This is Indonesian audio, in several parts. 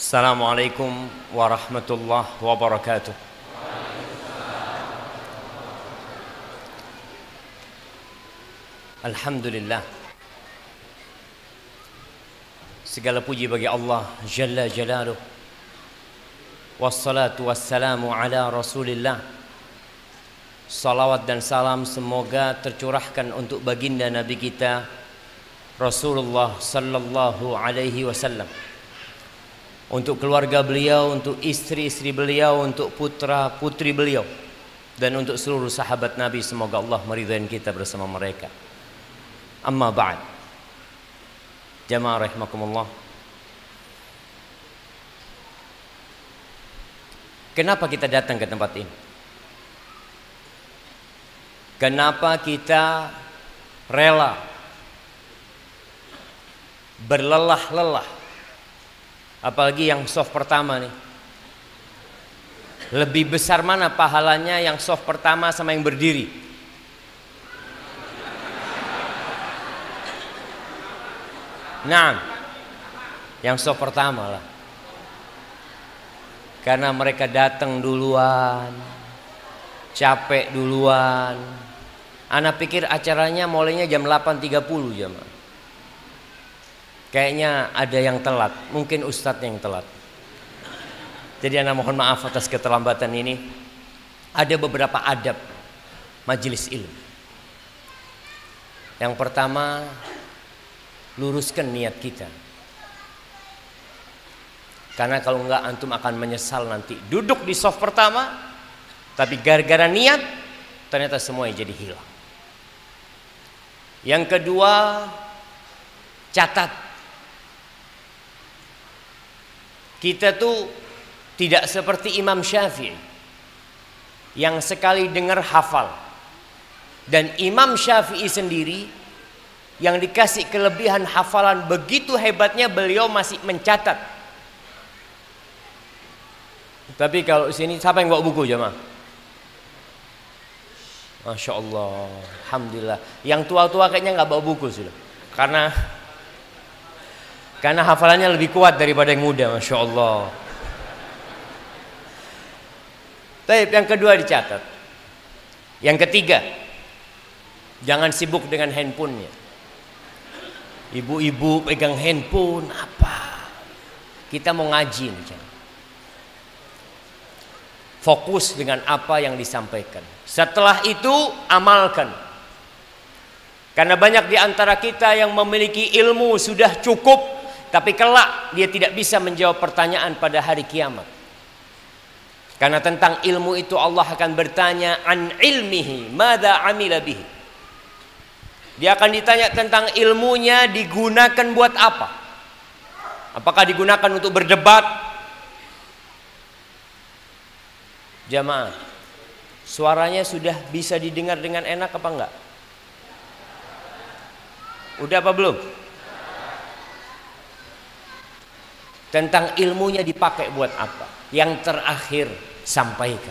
Assalamualaikum warahmatullahi wabarakatuh. Alhamdulillah, segala puji bagi Allah Jalla Jalaluh. Wassalatu wassalamu ala Rasulillah. Salawat dan salam semoga tercurahkan untuk baginda Nabi kita Rasulullah sallallahu alaihi wasallam, untuk keluarga beliau, untuk istri-istri beliau, untuk putra-putri beliau, dan untuk seluruh sahabat Nabi. Semoga Allah meridhai kita bersama mereka. Amma ba'd. Jamaah rahimakumullah. Kenapa kita datang ke tempat ini? Kenapa kita rela berlelah-lelah? Apalagi yang soft pertama nih. Lebih besar mana pahalanya yang soft pertama sama yang berdiri? Nah, yang soft pertama lah. Karena mereka datang duluan, capek duluan. Ana pikir acaranya mulainya jam 8.30 jam. Kayaknya ada yang telat, mungkin ustadz yang telat. Jadi ana mohon maaf atas keterlambatan ini. Ada beberapa adab majelis ilmu. Yang pertama, luruskan niat kita. Karena kalau enggak antum akan menyesal nanti. Duduk di soft pertama, tapi gara-gara niat ternyata semuanya jadi hilang. Yang kedua, catat. Kita tuh tidak seperti Imam Syafi'i yang sekali dengar hafal. Dan Imam Syafi'i sendiri yang dikasih kelebihan hafalan begitu hebatnya, beliau masih mencatat. Tapi kalau sini siapa yang bawa buku jemaah? Masya Allah, alhamdulillah. Yang tua-tua kayaknya nggak bawa buku sudah, karena hafalannya lebih kuat daripada yang muda, Masya Allah. Baik, yang kedua dicatat. Yang ketiga, jangan sibuk dengan handphonenya. Ibu-ibu pegang handphone apa? Kita mau ngaji nih. Fokus dengan apa yang disampaikan. Setelah itu amalkan. Karena banyak di antara kita yang memiliki ilmu sudah cukup, tapi kelak dia tidak bisa menjawab pertanyaan pada hari kiamat. Karena tentang ilmu itu Allah akan bertanya an ilmihi madza amila bihi. Dia akan ditanya tentang ilmunya digunakan buat apa? Apakah digunakan untuk berdebat? Jamaah, suaranya sudah bisa didengar dengan enak apa enggak? Udah apa belum? Tentang ilmunya dipakai buat apa? Yang terakhir, sampaikan.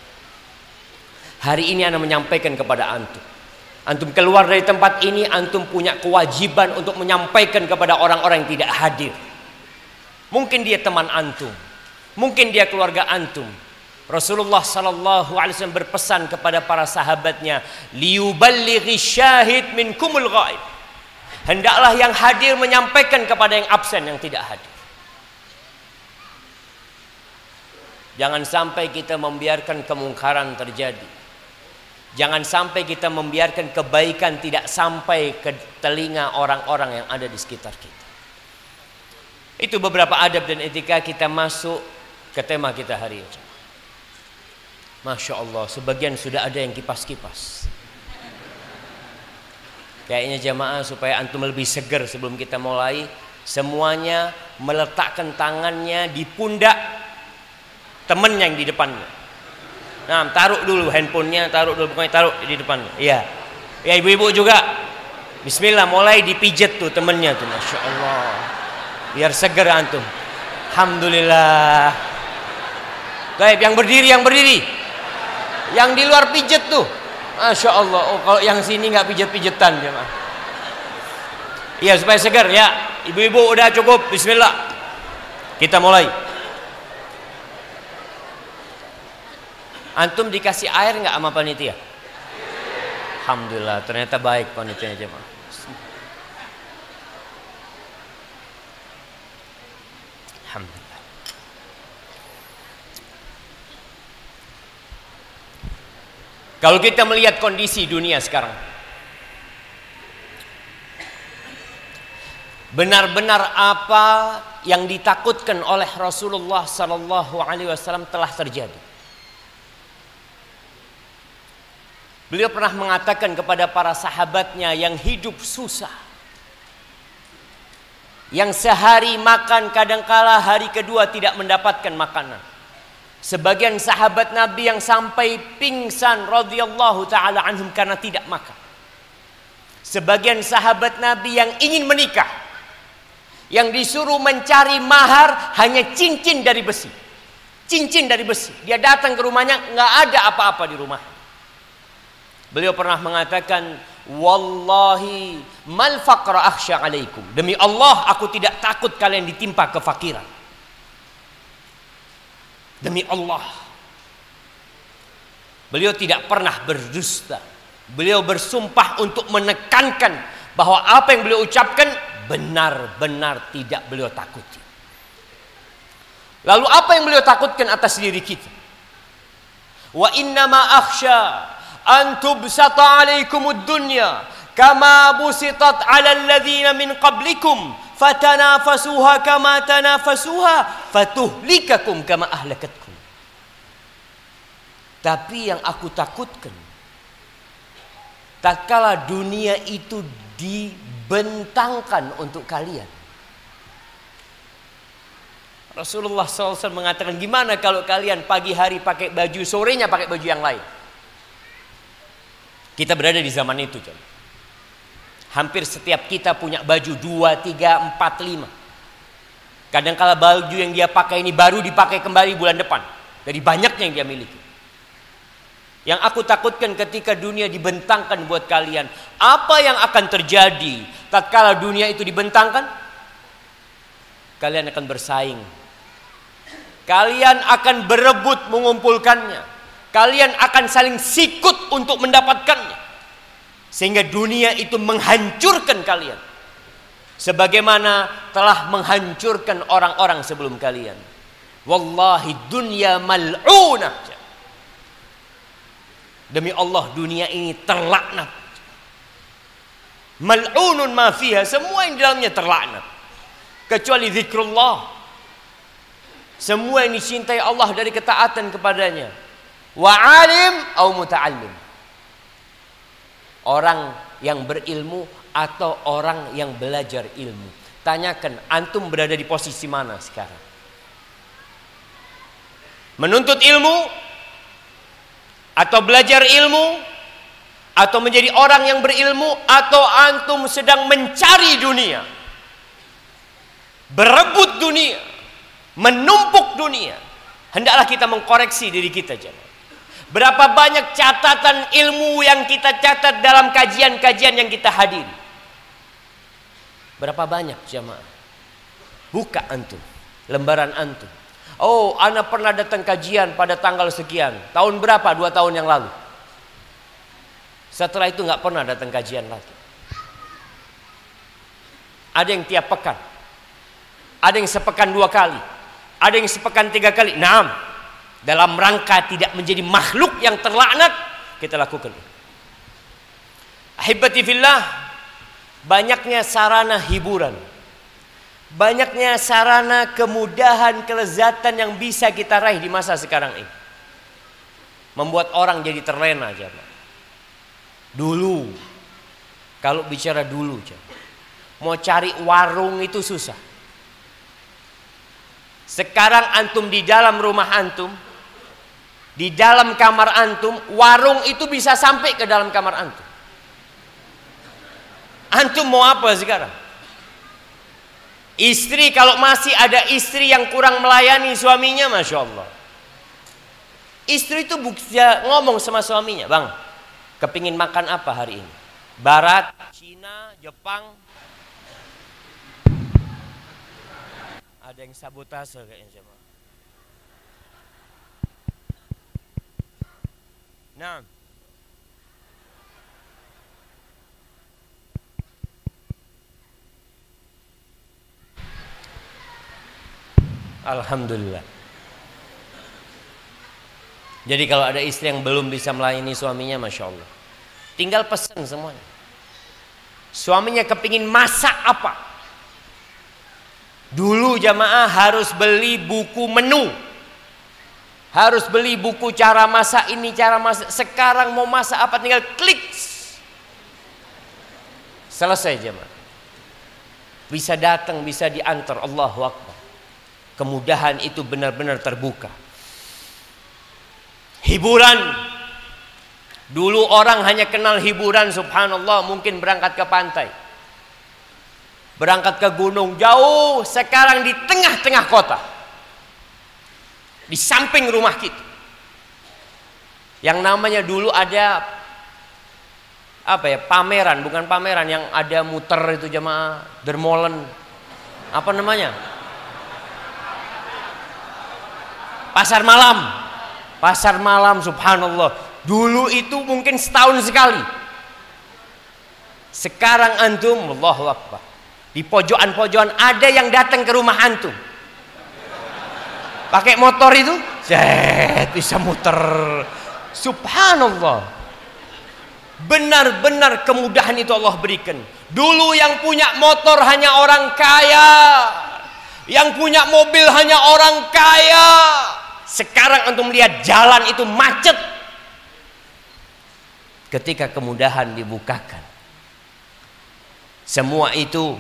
Hari ini ana menyampaikan kepada antum. Antum keluar dari tempat ini, antum punya kewajiban untuk menyampaikan kepada orang-orang yang tidak hadir. Mungkin dia teman antum, mungkin dia keluarga antum. Rasulullah sallallahu alaihi wasallam berpesan kepada para sahabatnya, liyuballighi syahid minkumul ghaib. Hendaklah yang hadir menyampaikan kepada yang absen, yang tidak hadir. Jangan sampai kita membiarkan kemungkaran terjadi. Jangan sampai kita membiarkan kebaikan tidak sampai ke telinga orang-orang yang ada di sekitar kita. Itu beberapa adab dan etika. Kita masuk ke tema kita hari ini. Masya Allah, sebagian sudah ada yang kipas-kipas. Kayaknya jamaah, supaya antum lebih segar sebelum kita mulai, semuanya meletakkan tangannya di pundak temen yang di depannya. Nah, taruh dulu handphonenya, pokoknya taruh di depan. Iya, ya ibu-ibu juga. Bismillah, mulai dipijet tuh temennya tuh, Masya Allah, biar segar antum. Alhamdulillah. Baik, yang berdiri. Yang di luar pijet tuh, Masya Allah. Oh, kalau yang sini nggak pijet-pijetan jemaah. Iya, supaya segar ya. Ibu-ibu udah cukup. Bismillah. Kita mulai. Antum dikasih air nggak sama panitia? Alhamdulillah, ternyata baik panitianya jemaah. Alhamdulillah. Kalau kita melihat kondisi dunia sekarang, benar-benar apa yang ditakutkan oleh Rasulullah sallallahu alaihi wasallam telah terjadi. Beliau pernah mengatakan kepada para sahabatnya yang hidup susah, yang sehari makan kadangkala hari kedua tidak mendapatkan makanan. Sebagian sahabat Nabi yang sampai pingsan radhiyallahu taala anhum karena tidak makan. Sebagian sahabat Nabi yang ingin menikah, yang disuruh mencari mahar hanya cincin dari besi. Cincin dari besi. Dia datang ke rumahnya, nggak ada apa-apa di rumah. Beliau pernah mengatakan, wallahi mal faqra akhsha alaikum. Demi Allah, aku tidak takut kalian ditimpa kefakiran. Demi Allah. Beliau tidak pernah berdusta. Beliau bersumpah untuk menekankan bahwa apa yang beliau ucapkan benar-benar tidak beliau takuti. Lalu apa yang beliau takutkan atas diri kita? Wa innama akhsha an tubsata alaikumud dunya kama busitat ala alladhina min qablikum fatanafasuha kama tanafasuha fatuhlikakum kama ahlakatkum. Tapi yang aku takutkan, tatkala dunia itu dibentangkan untuk kalian. Rasulullah SAW mengatakan, gimana kalau kalian pagi hari pakai baju, sorenya pakai baju yang lain? Kita berada di zaman itu, jemaah. Hampir setiap kita punya baju 2, 3, 4, 5. Kadang-kala baju yang dia pakai ini baru dipakai kembali bulan depan. Dari banyaknya yang dia miliki. Yang aku takutkan ketika dunia dibentangkan buat kalian, apa yang akan terjadi tatkala dunia itu dibentangkan? Kalian akan bersaing. Kalian akan berebut mengumpulkannya. Kalian akan saling sikut untuk mendapatkannya. Sehingga dunia itu menghancurkan kalian. Sebagaimana telah menghancurkan orang-orang sebelum kalian. Wallahi dunya mal'unah. Demi Allah dunia ini terlaknat. Mal'unun ma fiha, semua yang di dalamnya terlaknat. Kecuali zikrullah. Semua yang dicintai Allah dari ketaatan kepadanya. Wa alim au muta'allim. Orang yang berilmu atau orang yang belajar ilmu. Tanyakan, antum berada di posisi mana sekarang? Menuntut ilmu atau belajar ilmu, atau menjadi orang yang berilmu, atau antum sedang mencari dunia, berebut dunia, menumpuk dunia? Hendaklah kita mengkoreksi diri kita, jemaah. Berapa banyak catatan ilmu yang kita catat dalam kajian-kajian yang kita hadiri? Berapa banyak, jemaah? Buka antum, lembaran antum. Oh, ana pernah datang kajian pada tanggal sekian. Tahun berapa? 2 tahun yang lalu. Setelah itu nggak pernah datang kajian lagi. Ada yang tiap pekan. Ada yang sepekan 2 kali. Ada yang sepekan 3 kali. Naam. Dalam rangka tidak menjadi makhluk yang terlaknat, kita lakukan. Ahibati fillah, banyaknya sarana hiburan, banyaknya sarana kemudahan, kelezatan yang bisa kita raih di masa sekarang ini, membuat orang jadi terlena, jemaah. Dulu, kalau bicara dulu, jemaah, mau cari warung itu susah. Sekarang antum di dalam rumah antum, di dalam kamar antum, warung itu bisa sampai ke dalam kamar antum. Antum mau apa sekarang? Istri, kalau masih ada istri yang kurang melayani suaminya, Masya Allah. Istri itu bisa ngomong sama suaminya, bang, kepingin makan apa hari ini? Barat, Cina, Jepang. Ada yang sabotase kayaknya jemaah. Nah, alhamdulillah. Jadi kalau ada istri yang belum bisa melayani suaminya, masya Allah, tinggal pesan semuanya. Suaminya kepingin masak apa? Dulu jamaah harus beli buku menu, harus beli buku cara masak ini, cara masak. Sekarang mau masak apa tinggal klik, selesai jamaah. Bisa datang, bisa diantar. Allahu Akbar. Kemudahan itu benar-benar terbuka. Hiburan. Dulu orang hanya kenal hiburan, subhanallah, mungkin berangkat ke pantai, berangkat ke gunung jauh. Sekarang di tengah-tengah kota, di samping rumah kita. Yang namanya dulu ada apa ya, pameran, bukan pameran, yang ada muter itu jamaah, dermolen, apa namanya, pasar malam. Pasar malam, subhanallah. Dulu itu mungkin setahun sekali. Sekarang antum, Allahu Akbar, di pojokan-pojokan ada yang datang ke rumah antum, pakai motor itu, bisa muter. Subhanallah. Benar-benar kemudahan itu Allah berikan. Dulu yang punya motor hanya orang kaya, yang punya mobil hanya orang kaya. Sekarang antum lihat jalan itu macet. Ketika kemudahan dibukakan, semua itu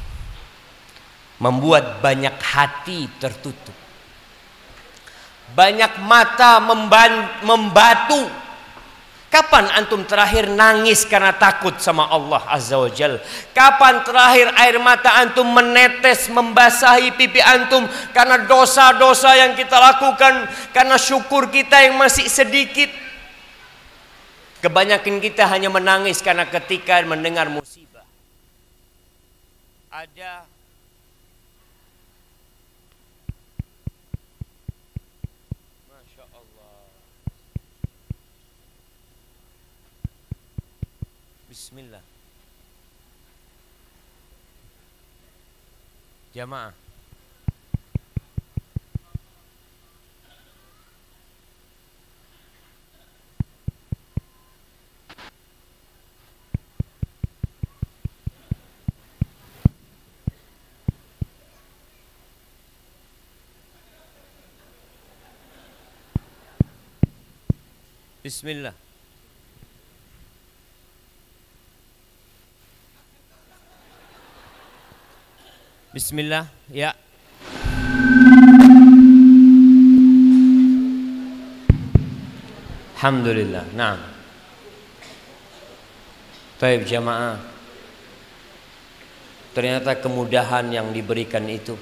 membuat banyak hati tertutup, banyak mata membatu. Kapan antum terakhir nangis karena takut sama Allah Azza wa Jal? Kapan terakhir air mata antum menetes membasahi pipi antum karena dosa-dosa yang kita lakukan, karena syukur kita yang masih sedikit? Kebanyakan kita hanya menangis karena ketika mendengar musibah. Ada Bismillah. Jamaah. Bismillah. Bismillah, ya. Alhamdulillah. Nah. Baik jamaah. Ternyata kemudahan yang diberikan itu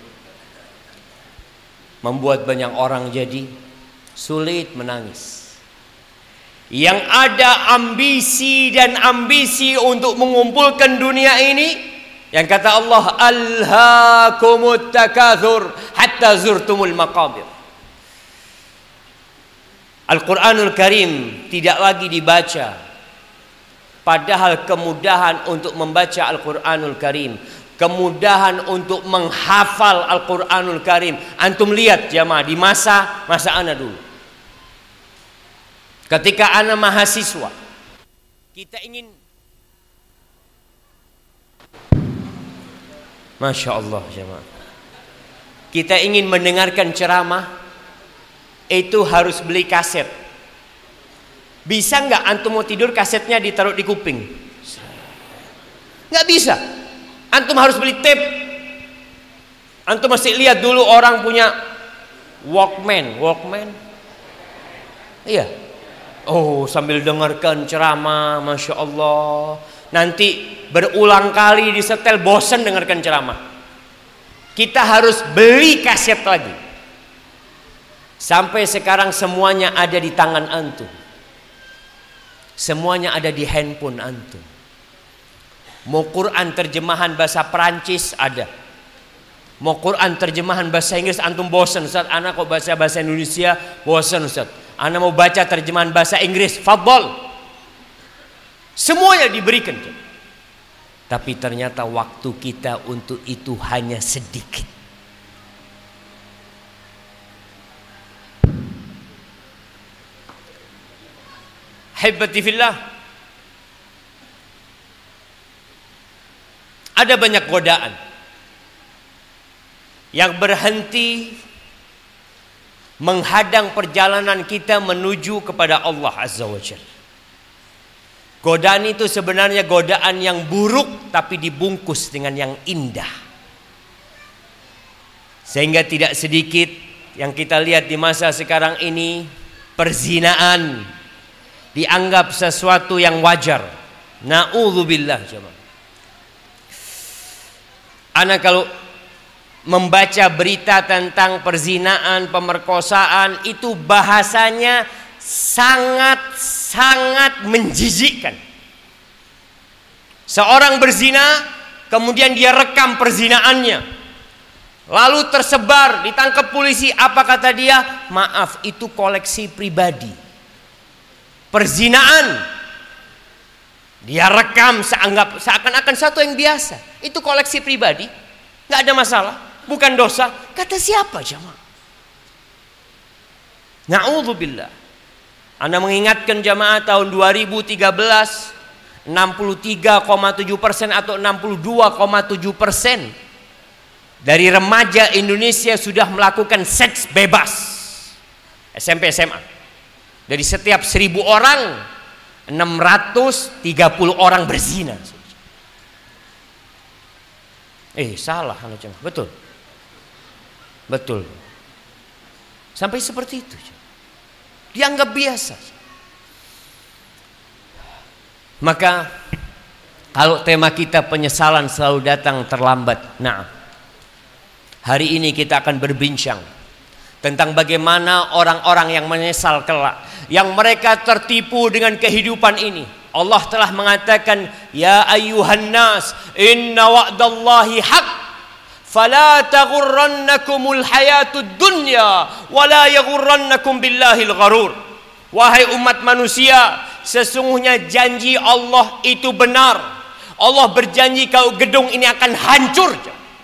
membuat banyak orang jadi sulit menangis. Yang ada ambisi dan ambisi untuk mengumpulkan dunia ini, yang kata Allah, alhaakumut takatsur hatta zurtumul maqabir. Al-Quranul Karim tidak lagi dibaca, padahal kemudahan untuk membaca Al-Quranul Karim, kemudahan untuk menghafal Al-Quranul Karim. Antum lihat jamaah di masa ana dulu, ketika ana mahasiswa, kita ingin, masya Allah jemaah, kita ingin mendengarkan ceramah itu harus beli kaset. Bisa nggak antum mau tidur kasetnya ditaruh di kuping? Nggak bisa. Antum harus beli tape. Antum masih lihat dulu orang punya Walkman. Iya. Oh, sambil dengarkan ceramah, masya Allah. Nanti berulang kali disetel, bosan dengarkan ceramah. Kita harus beli kaset lagi. Sampai sekarang semuanya ada di tangan antum. Semuanya ada di handphone antum. Mau Quran terjemahan bahasa Perancis ada. Mau Quran terjemahan bahasa Inggris antum bosan, Ustaz. Ana kok baca bahasa Indonesia bosan, Ustaz. Ana mau baca terjemahan bahasa Inggris, fadhol. Semuanya diberikan. Tapi ternyata waktu kita untuk itu hanya sedikit. Hibbati fillah. Ada banyak godaan yang berhenti menghadang perjalanan kita menuju kepada Allah Azza wa Jalla. Godaan itu sebenarnya godaan yang buruk tapi dibungkus dengan yang indah. Sehingga tidak sedikit yang kita lihat di masa sekarang ini, perzinaan dianggap sesuatu yang wajar. Na'udzubillah jemaah. Ana kalau membaca berita tentang perzinaan, pemerkosaan, itu bahasanya sangat menjijikkan. Seorang berzina, kemudian dia rekam perzinaannya, lalu tersebar, ditangkap polisi. Apa kata dia? Maaf, itu koleksi pribadi. Perzinaan dia rekam, seakan-akan satu yang biasa. Itu koleksi pribadi, nggak ada masalah, bukan dosa. Kata siapa jamaah? Na'udzubillah. Anda mengingatkan jamaah tahun 2013, 63,7% atau 62,7% dari remaja Indonesia sudah melakukan seks bebas. SMP SMA. Dari setiap 1000 orang, 630 orang berzina. Salah jemaah. Betul. Sampai seperti itu. Dianggap biasa. Maka kalau tema kita penyesalan selalu datang terlambat. Nah, hari ini kita akan berbincang tentang bagaimana orang-orang yang menyesal kelak, yang mereka tertipu dengan kehidupan ini. Allah telah mengatakan, ya ayyuhan nas, inna wa'dallahi haq, fala taghurrannakumul hayatud dunya wala yaghurrannakum billahil gharur. Wahai umat manusia, sesungguhnya janji Allah itu benar. Allah berjanji kalau gedung ini akan hancur.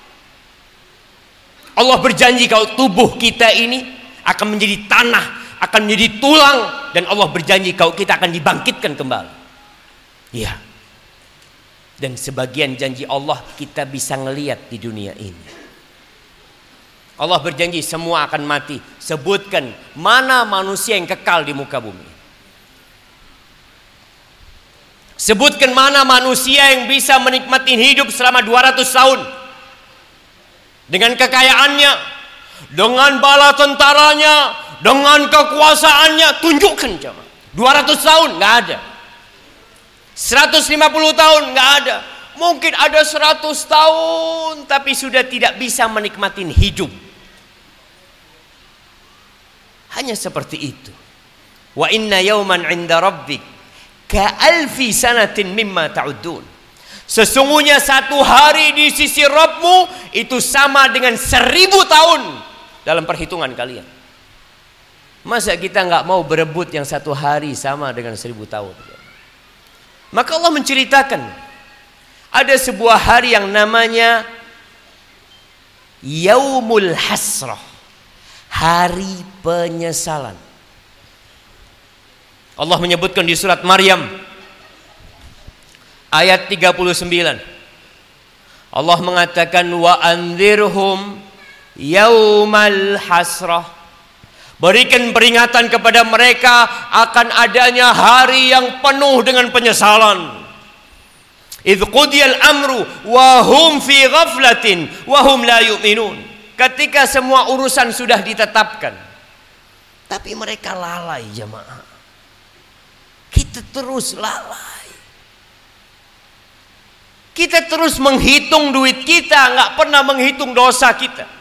Allah berjanji kalau tubuh kita ini akan menjadi tanah, akan menjadi tulang, dan Allah berjanji kalau kita akan dibangkitkan kembali. Ya. Dan sebagian janji Allah kita bisa ngelihat di dunia ini. Allah berjanji semua akan mati. Sebutkan mana manusia yang kekal di muka bumi. Sebutkan mana manusia yang bisa menikmati hidup selama 200 tahun. Dengan kekayaannya, dengan bala tentaranya, dengan kekuasaannya, tunjukkan coba. 200 tahun nggak ada. 150 tahun nggak ada. Mungkin ada 100 tahun tapi sudah tidak bisa menikmati hidup. Hanya seperti itu. Wa inna yawman 'inda rabbik ka'alfi sanatin mimma ta'udun. Sesungguhnya satu hari di sisi Rabbmu itu sama dengan 1000 tahun dalam perhitungan kalian. Masa kita nggak mau berebut yang satu hari sama dengan 1000 tahun? Maka Allah menceritakan ada sebuah hari yang namanya Yaumul Hasrah, hari penyesalan. Allah menyebutkan di surat Maryam ayat 39. Allah mengatakan wa anzirhum yaumal hasrah. Berikan peringatan kepada mereka akan adanya hari yang penuh dengan penyesalan. Idz qudiyal amru wa hum fi ghaflatin wa hum la yu'minun. Ketika semua urusan sudah ditetapkan, tapi mereka lalai jemaah. Kita terus lalai. Kita terus menghitung duit kita, nggak pernah menghitung dosa kita.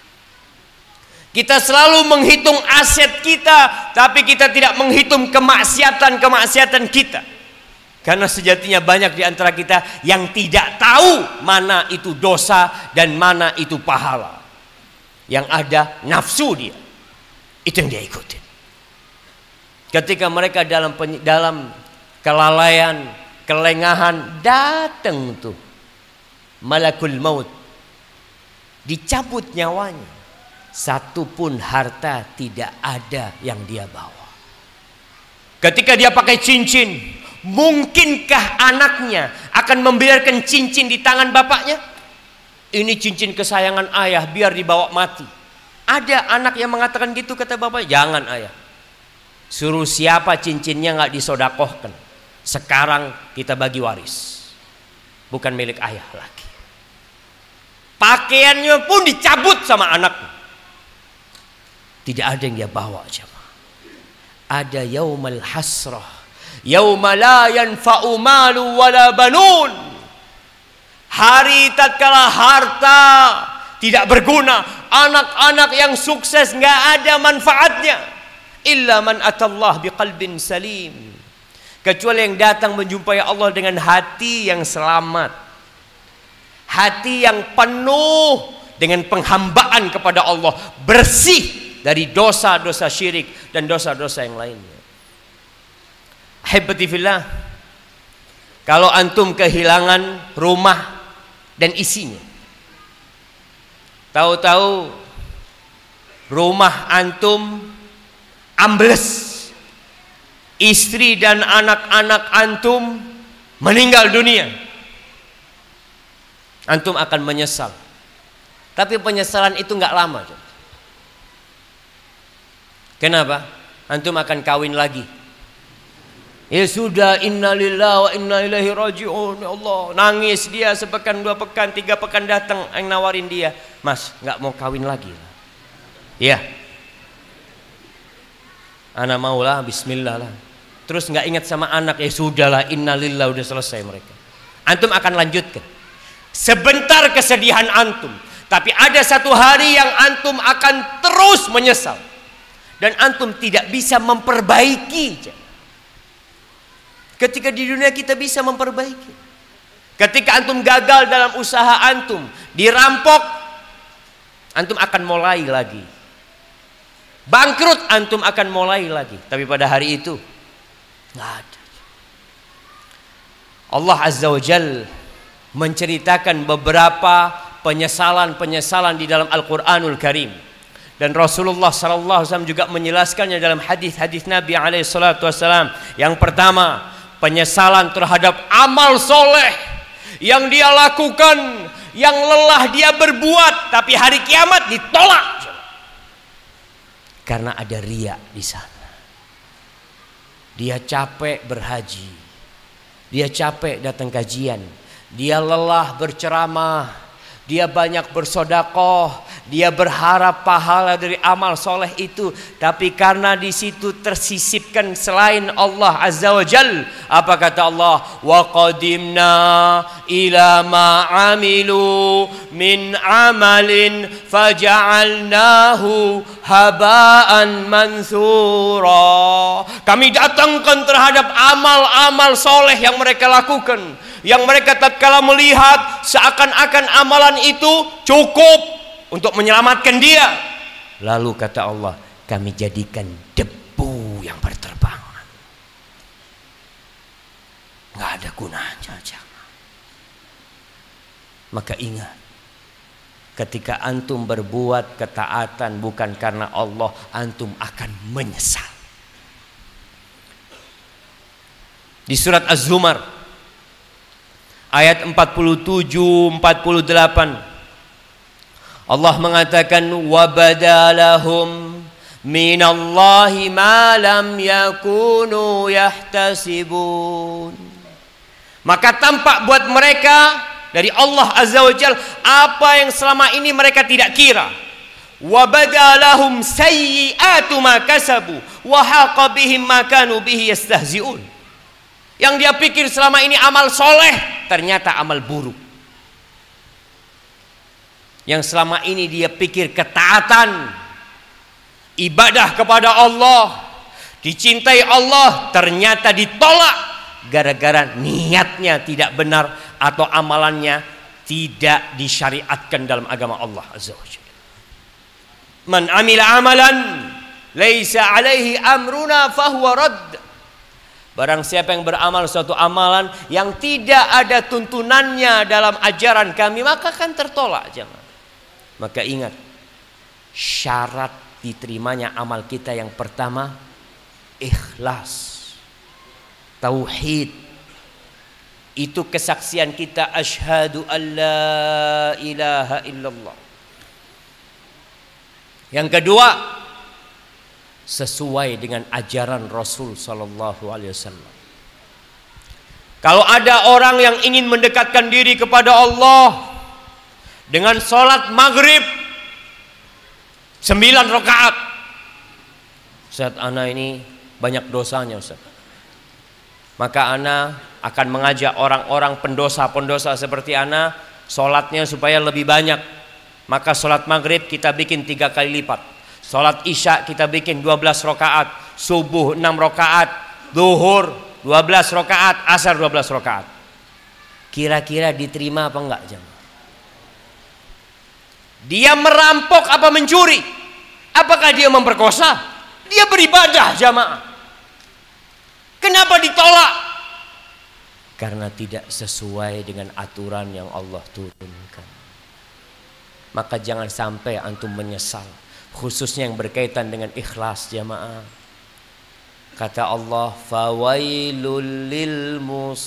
Kita selalu menghitung aset kita, tapi kita tidak menghitung kemaksiatan kita. Karena sejatinya banyak di antara kita yang tidak tahu mana itu dosa dan mana itu pahala. Yang ada nafsu dia, itu yang dia ikutin. Ketika mereka dalam kelalaian, kelengahan, datang tuh malakul maut, dicabut nyawanya. Satu pun harta tidak ada yang dia bawa. Ketika dia pakai cincin, mungkinkah anaknya akan membiarkan cincin di tangan bapaknya? Ini cincin kesayangan ayah, biar dibawa mati. Ada anak yang mengatakan gitu, kata bapaknya, jangan ayah. Suruh siapa cincinnya nggak disodakohkan, sekarang kita bagi waris, bukan milik ayah lagi. Pakaiannya pun dicabut sama anaknya. Tidak ada yang dia bawa jemaah. Ada yaumal hasrah, yauma la yanfa'u malu wala banun. Hari tatkala harta tidak berguna, anak-anak yang sukses nggak ada manfaatnya. Illa man atallah biqalbin salim. Kecuali yang datang menjumpai Allah dengan hati yang selamat, hati yang penuh dengan penghambaan kepada Allah, bersih dari dosa-dosa syirik dan dosa-dosa yang lainnya. Ahibati fillah, kalau antum kehilangan rumah dan isinya, tahu-tahu rumah antum ambles, istri dan anak-anak antum meninggal dunia, antum akan menyesal. Tapi penyesalan itu nggak lama. Kenapa? Antum akan kawin lagi. Ya sudah, innalillahi wa inna ilaihi raji'un. Ya Allah, nangis dia sepekan, 2 pekan, 3 pekan, datang yang nawarin dia, mas nggak mau kawin lagi? Ya, anak maulah, bismillah lah. Terus nggak ingat sama anak, ya sudahlah, innalillahi, udah selesai mereka. Antum akan lanjutkan. Sebentar kesedihan antum, tapi ada satu hari yang antum akan terus menyesal. Dan antum tidak bisa memperbaiki. Ketika di dunia kita bisa memperbaiki. Ketika antum gagal dalam usaha antum, dirampok, antum akan mulai lagi. Bangkrut, antum akan mulai lagi. Tapi pada hari itu nggak ada. Allah Azza wa Jalla menceritakan beberapa penyesalan-penyesalan di dalam Al-Quranul Karim. Dan Rasulullah SAW juga menjelaskannya dalam hadis-hadis Nabi SAW. Yang pertama, penyesalan terhadap amal soleh yang dia lakukan, yang lelah dia berbuat, tapi hari kiamat ditolak karena ada riya di sana. Dia capek berhaji, dia capek datang kajian, dia lelah berceramah, dia banyak bersedekah, dia berharap pahala dari amal soleh itu, tapi karena di situ tersisipkan selain Allah Azza wa Jal. Apa kata Allah? Wa qadimna ila ma amilu min amalin faja'alnahu haba'an mansura. Kami datangkan terhadap amal-amal soleh yang mereka lakukan, yang mereka tatkala melihat seakan-akan amalan itu cukup untuk menyelamatkan dia, lalu kata Allah, kami jadikan debu yang berterbangan, nggak ada gunanya. Jangan. Maka ingat, ketika antum berbuat ketaatan bukan karena Allah, antum akan menyesal. Di surat Az-Zumar ayat 47-48, Allah mengatakan, wa badalahum minallahi ma lam yakunu yahtasibun. Maka tampak buat mereka dari Allah Azza wa Jalla apa yang selama ini mereka tidak kira. Wa badalahum sayyi'atu ma kasabu wa haqa bihim ma kanu bihi yastahzi'un. Yang dia pikir selama ini amal soleh, ternyata amal buruk. Yang selama ini dia pikir ketaatan, ibadah kepada Allah, dicintai Allah, ternyata ditolak Gara-gara niatnya tidak benar atau amalannya tidak disyariatkan dalam agama Allah Azza wa Jalla. Man amila amalan laisa alaihi amruna fahuwa radd. Barang siapa yang beramal suatu amalan yang tidak ada tuntunannya dalam ajaran kami, maka akan tertolak, jemaah. Maka ingat, syarat diterimanya amal kita yang pertama ikhlas, tauhid. Itu kesaksian kita, asyhadu an la ilaha illallah. Yang kedua, sesuai dengan ajaran Rasul sallallahu alaihi wasallam. Kalau ada orang yang ingin mendekatkan diri kepada Allah dengan sholat maghrib 9 rakaat, Ustaz, ana ini banyak dosanya, Ustaz. Maka ana akan mengajak orang-orang pendosa-pendosa seperti ana sholatnya supaya lebih banyak. Maka sholat maghrib kita bikin 3 kali lipat. Sholat isya kita bikin 12 rakaat, subuh 6 rakaat, zuhur 12 rakaat, asar 12 rakaat. Kira-kira diterima apa enggak, jemaah? Dia merampok apa mencuri? Apakah dia memperkosa? Dia beribadah, jemaah. Kenapa ditolak? Karena tidak sesuai dengan aturan yang Allah turunkan. Maka jangan sampai antum menyesal, khususnya yang berkaitan dengan ikhlas, jamaah. Kata Allah, fawailul lil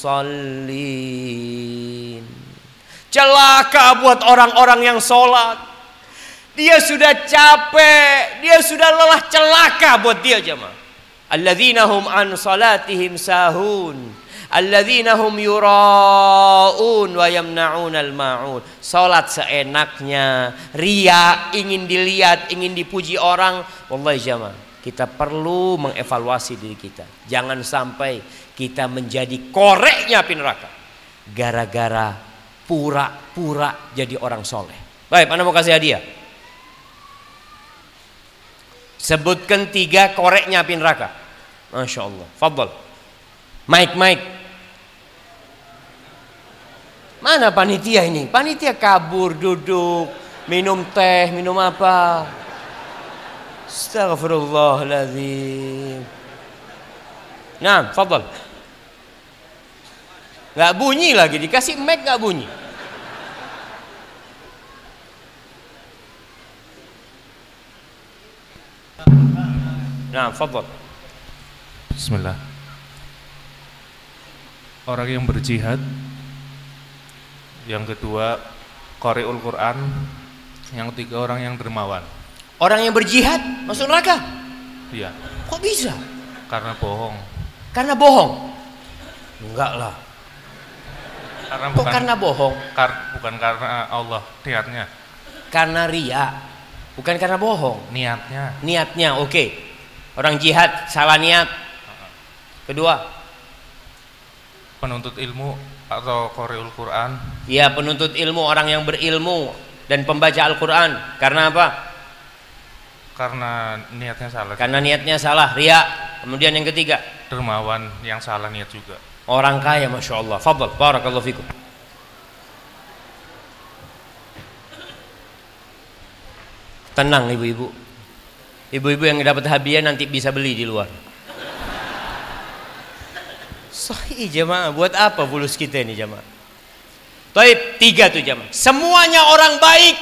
musallin. Celaka buat orang-orang yang sholat. Dia sudah capek, dia sudah lelah, celaka buat dia, jamaah. Alladzina hum an salatihim sahun, alladzina hum yura'un wa yamna'unal ma'un. Salat seenaknya, riya, ingin dilihat, ingin dipuji orang. Wallahi jamaah, kita perlu mengevaluasi diri kita. Jangan sampai kita menjadi koreknya api neraka gara-gara pura-pura jadi orang soleh. Baik, anda mau kasih hadiah. Sebutkan 3 koreknya api neraka. Masya Allah, fadl. Mike. Mana panitia ini? Panitia kabur, duduk, minum teh, minum apa? Astaghfirullahaladzim. Nah, fadl. Gak bunyi lagi, dikasih mic gak bunyi. Nah, fadl. Bismillah. Orang yang berjihad. Yang kedua, qari'ul Quran. Yang ketiga, orang yang dermawan. Orang yang berjihad masuk neraka? Iya. Kok bisa? Karena bohong. Karena bohong? Enggak lah. Kok karena bohong? Bukan karena Allah niatnya. Karena riya. Bukan karena bohong. Niatnya, oke. Orang jihad salah niat. Kedua, penuntut ilmu atau qari'ul Quran. Ya, penuntut ilmu, orang yang berilmu dan pembaca Al-Quran. Karena apa? Karena niatnya salah. Karena niatnya salah, riya. Kemudian yang ketiga, dermawan yang salah niat juga. Orang kaya, masya Allah. Fadl, barakallahu fikum. Tenang ibu-ibu. Ibu-ibu yang dapat hadiah nanti bisa beli di luar. Sahih jemaah, buat apa fulus kita ini jemaah? Taib, 3 tuh jemaah. Semuanya orang baik.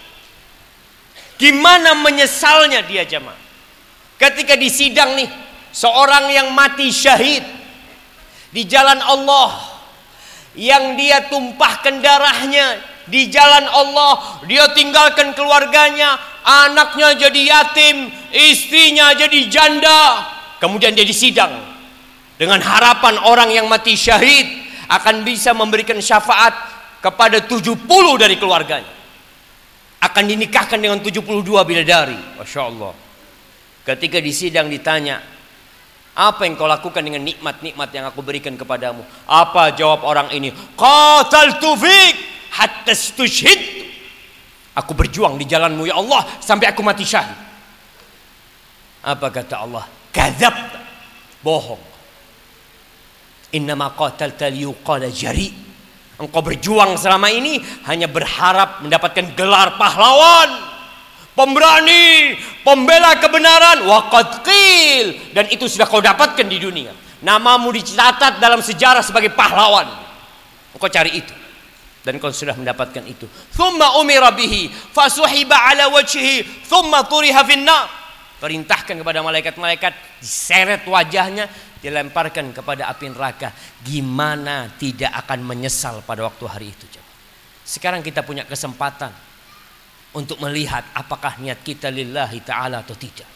Gimana menyesalnya dia jemaah? Ketika di sidang nih, seorang yang mati syahid di jalan Allah, yang dia tumpahkan darahnya di jalan Allah, dia tinggalkan keluarganya, anaknya jadi yatim, istrinya jadi janda, kemudian dia disidang dengan harapan orang yang mati syahid akan bisa memberikan syafaat kepada 70 dari keluarganya, akan dinikahkan dengan 72 bidadari. Masya Allah. Ketika disidang ditanya, apa yang kau lakukan dengan nikmat-nikmat yang aku berikan kepadamu? Apa jawab orang ini? Qataltu fik hatta istushhid. Aku berjuang di jalanmu ya Allah sampai aku mati syahid. Apa kata Allah? Kadzab, bohong. Innama qatalta liyuqala jari. Engkau berjuang selama ini hanya berharap mendapatkan gelar pahlawan, pemberani, pembela kebenaran. Wa qad qil, dan itu sudah kau dapatkan di dunia. Namamu dicatat dalam sejarah sebagai pahlawan. Engkau cari itu dan kau sudah mendapatkan itu. Thumma umira bihi fasuhiba ala wajhihi thumma turiha finnar. Perintahkan kepada malaikat-malaikat, diseret wajahnya, dilemparkan kepada api neraka. Gimana tidak akan menyesal pada waktu hari itu? Sekarang kita punya kesempatan untuk melihat apakah niat kita lillahi ta'ala atau tidak.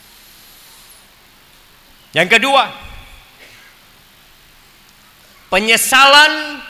Yang kedua, penyesalan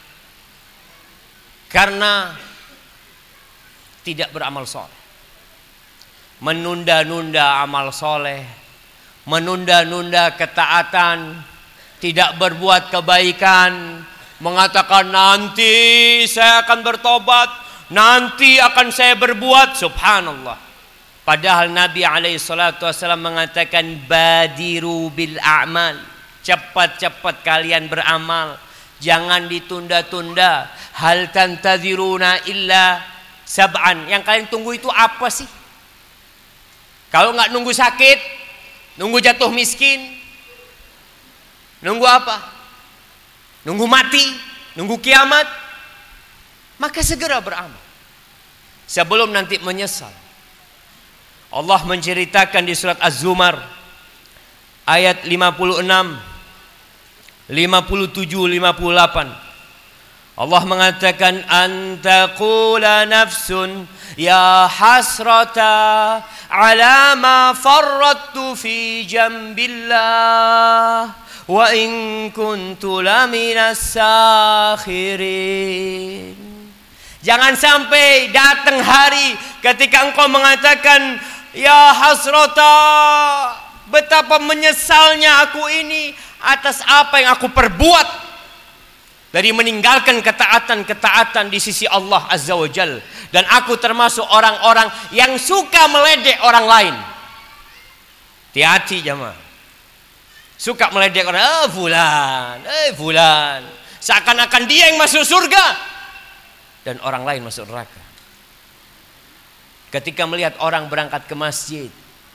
karena tidak beramal soleh. Menunda-nunda amal soleh, menunda-nunda ketaatan, tidak berbuat kebaikan, mengatakan nanti saya akan bertobat, nanti akan saya berbuat. Subhanallah. Padahal Nabi SAW mengatakan badiru bil a'mal, cepat-cepat kalian beramal, jangan ditunda-tunda. Hal tantaziruna illa sab'an. Yang kalian tunggu itu apa sih? Kalau nggak nunggu sakit, nunggu jatuh miskin, nunggu apa? Nunggu mati, nunggu kiamat, maka segera beramal sebelum nanti menyesal. Allah menceritakan di surat Az-Zumar ayat 56, 57, 58. Allah mengatakan antaqula nafsun ya hasrata ala ma farrattu fi jambillah wa in kuntu laminas sakhirin. Jangan sampai datang hari ketika engkau mengatakan ya hasrata, betapa menyesalnya aku ini atas apa yang aku perbuat dari meninggalkan ketaatan-ketaatan di sisi Allah Azza wa Jal. Dan aku termasuk orang-orang yang suka meledek orang lain. Hati-hati jemaah. Suka meledek orang, fulan. Seakan-akan dia yang masuk surga dan orang lain masuk neraka. Ketika melihat orang berangkat ke masjid,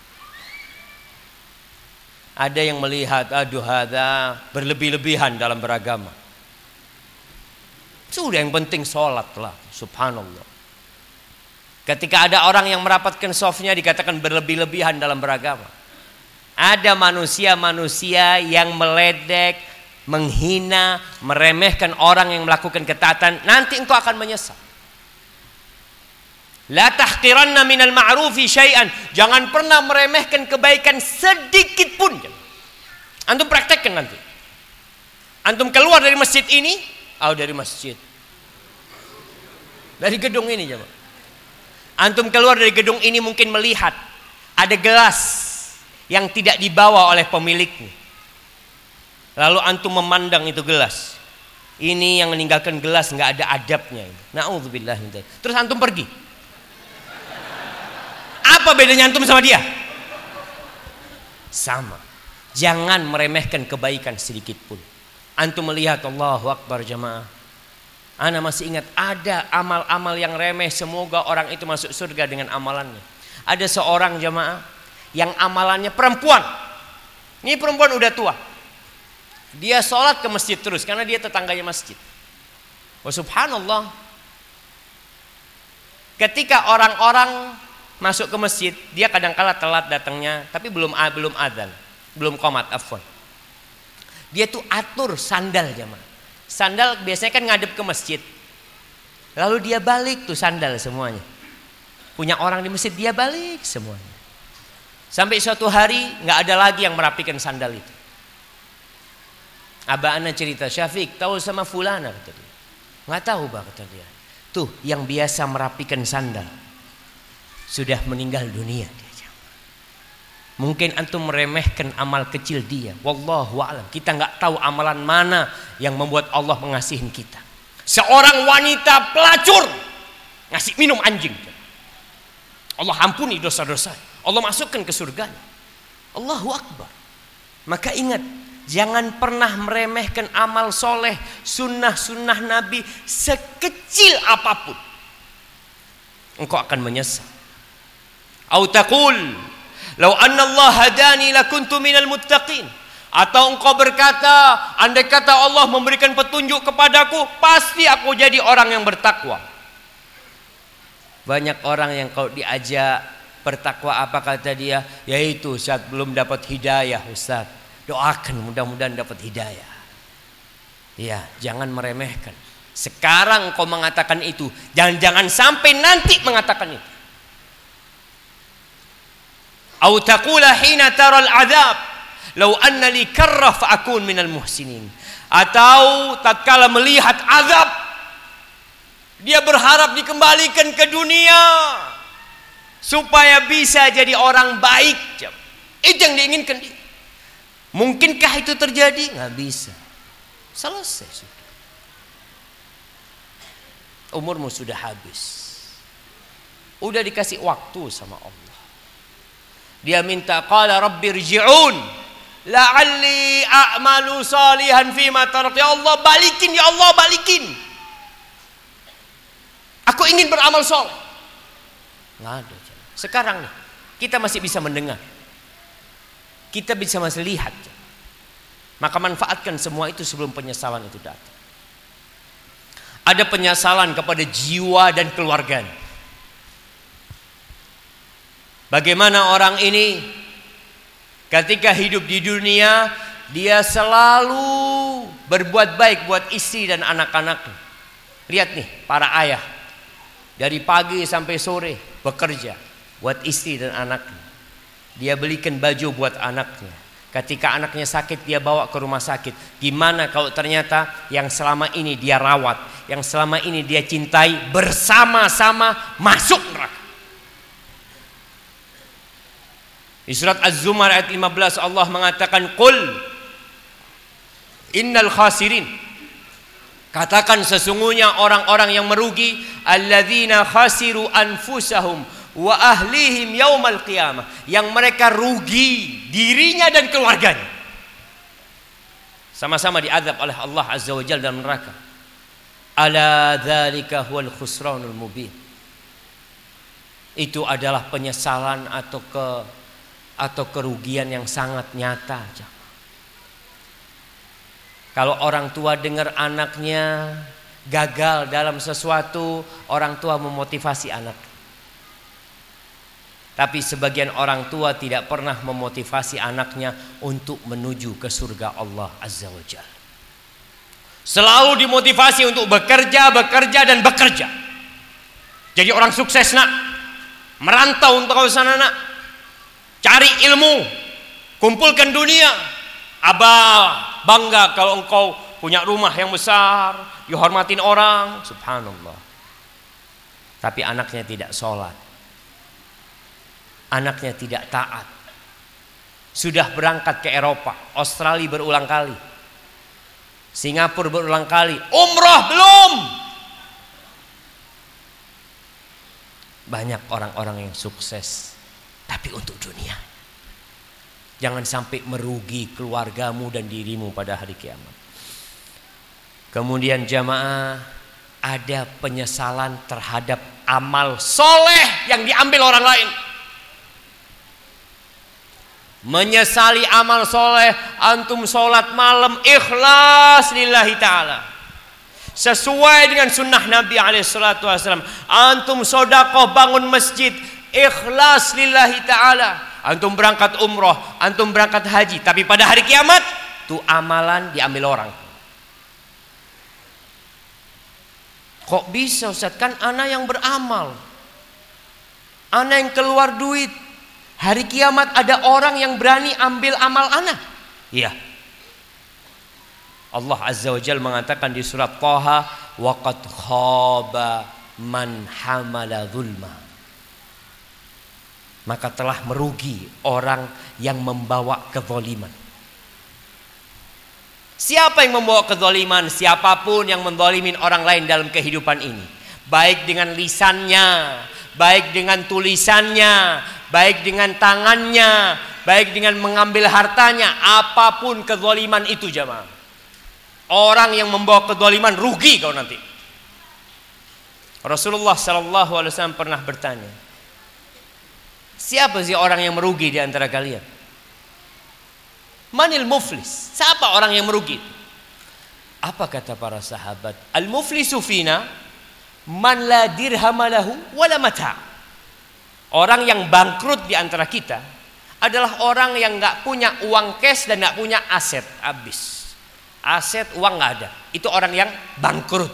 ada yang melihat, aduh hada berlebih-lebihan dalam beragama. Sudah yang penting sholat lah, subhanallah. Ketika ada orang yang merapatkan softnya dikatakan berlebih-lebihan dalam beragama. Ada manusia-manusia yang meledek, menghina, meremehkan orang yang melakukan ketaatan. Nanti engkau akan menyesal. La tahqiranna minal ma'rufi syai'an. Jangan pernah meremehkan kebaikan sedikit pun. Antum praktekkan nanti. Antum keluar dari masjid ini, dari masjid, dari gedung ini coba. Antum keluar dari gedung ini mungkin melihat ada gelas yang tidak dibawa oleh pemiliknya. Lalu antum memandang itu gelas. Ini yang meninggalkan gelas nggak ada adabnya. Na'udzubillah. Terus antum pergi. Apa bedanya antum sama dia? Sama. Jangan meremehkan kebaikan sedikit pun. Antum melihat Allahu Akbar jamaah. Ana masih ingat ada amal-amal yang remeh, semoga orang itu masuk surga dengan amalannya. Ada seorang jamaah yang amalannya perempuan. Ini perempuan udah tua. Dia sholat ke masjid terus karena dia tetangganya masjid. Oh subhanallah. Ketika orang-orang masuk ke masjid, dia kadang-kala telat datangnya, tapi belum adzan, belum qomat afwan. Dia tuh atur sandal jamaah. Sandal biasanya kan ngadep ke masjid. Lalu dia balik tuh sandal semuanya. Punya orang di masjid dia balik semuanya. Sampai suatu hari nggak ada lagi yang merapikan sandal itu. Abah ana cerita, Syafiq tahu sama fulana kata dia. Nggak tahu bah kata dia. Tuh yang biasa merapikan sandal sudah meninggal dunia dia. Mungkin antum meremehkan amal kecil dia. Wallahu a'lam. Kita nggak tahu amalan mana yang membuat Allah mengasihi kita. Seorang wanita pelacur ngasih minum anjing. Allah ampuni dosa-dosa. Allah masukkan ke surganya. Allahu Akbar. Maka ingat, Jangan pernah meremehkan amal soleh, sunnah-sunnah Nabi sekecil apapun. Engkau akan menyesal. Au taqul, "Lau anna Allah hadani lakuntu minal muttaqin." Atau engkau berkata, andai kata Allah memberikan petunjuk kepadaku, pasti aku jadi orang yang bertakwa. Banyak orang yang kalau diajak bertakwa, apa kata dia? Yaitu saat belum dapat hidayah, Ustaz. Doakan mudah-mudahan dapat hidayah. Ya, jangan meremehkan. Sekarang kau mengatakan itu, jangan sampai nanti mengatakan itu. Au taqula hina taral adzab, "Lau anna li karrah fa akun minal muhsinin." Atau tatkala melihat azab, dia berharap dikembalikan ke dunia supaya bisa jadi orang baik. Itu yang diinginkan dia. Mungkinkah itu terjadi? Nggak bisa. Selesai sudah. Umurmu sudah habis. Udah dikasih waktu sama Allah. Dia minta, qala rabbi rji'un la'alli a'malu salihan fima taraktu. Ya Allah balikin, ya Allah balikin. Aku ingin beramal soleh. Nggak ada. Sekarang nih, kita masih bisa mendengar. Kita bisa masih lihat. Maka manfaatkan semua itu sebelum penyesalan itu datang. Ada penyesalan kepada jiwa dan keluarganya. Bagaimana orang ini ketika hidup di dunia, dia selalu berbuat baik buat istri dan anak-anaknya. Lihat nih para ayah, dari pagi sampai sore bekerja buat istri dan anaknya. Dia belikan baju buat anaknya. Ketika anaknya sakit, dia bawa ke rumah sakit. Gimana kalau ternyata yang selama ini dia rawat, yang selama ini dia cintai, bersama-sama masuk neraka. Di surat Az-Zumar ayat 15 Allah mengatakan, "Qul innal khasirin." Katakan sesungguhnya orang-orang yang merugi, alladzina khasiru anfusahum wa ahlihim yaumal qiyamah, yang mereka rugi dirinya dan keluarganya. Sama-sama diazab oleh Allah Azza wa Jalla dalam neraka. Ala dzalika huwal khusranul mubin. Itu adalah penyesalan atau kerugian yang sangat nyata. Kalau orang tua dengar anaknya gagal dalam sesuatu, orang tua memotivasi anak. Tapi sebagian orang tua tidak pernah memotivasi anaknya untuk menuju ke surga Allah Azza wa Jalla. Selalu dimotivasi untuk bekerja dan bekerja. Jadi orang sukses nak, merantau untuk kau sana nak, cari ilmu, kumpulkan dunia. Abah bangga kalau engkau punya rumah yang besar, dihormatin orang, subhanallah. Tapi anaknya tidak sholat, anaknya tidak taat. Sudah berangkat ke Eropa, Australia berulang kali, Singapura berulang kali, umrah belum. Banyak orang-orang yang sukses tapi untuk dunia. Jangan sampai merugi keluargamu dan dirimu pada hari kiamat. Kemudian jamaah, ada penyesalan terhadap amal soleh yang diambil orang lain. Menyesali amal soleh, antum sholat malam ikhlas lillahi ta'ala, sesuai dengan sunnah Nabi SAW. Antum sodakoh bangun masjid ikhlas lillahi ta'ala. Antum berangkat umroh, antum berangkat haji, tapi pada hari kiamat tuh amalan diambil orang. Kok bisa Ustaz? Kan ana yang beramal, ana yang keluar duit. Hari kiamat ada orang yang berani ambil amal ana. Iya. Allah Azza wa Jalla mengatakan di surat Thaha, wa qad khaba man hamala zulma. Maka telah merugi orang yang membawa kezaliman. Siapa yang membawa kezaliman? Siapapun yang menzalimin orang lain dalam kehidupan ini, baik dengan lisannya, baik dengan tulisannya, baik dengan tangannya, baik dengan mengambil hartanya, apapun kezaliman itu jamaah. Orang yang membawa kezaliman rugi kau nanti. Rasulullah SAW pernah bertanya, siapa sih orang yang merugi di antara kalian? Manil muflis? Siapa orang yang merugi? Apa kata para sahabat? Al-muflisu fina man la dirhama lahu wala mata'. Orang yang bangkrut di antara kita adalah orang yang nggak punya uang cash dan nggak punya aset, habis. Aset, uang nggak ada. Itu orang yang bangkrut.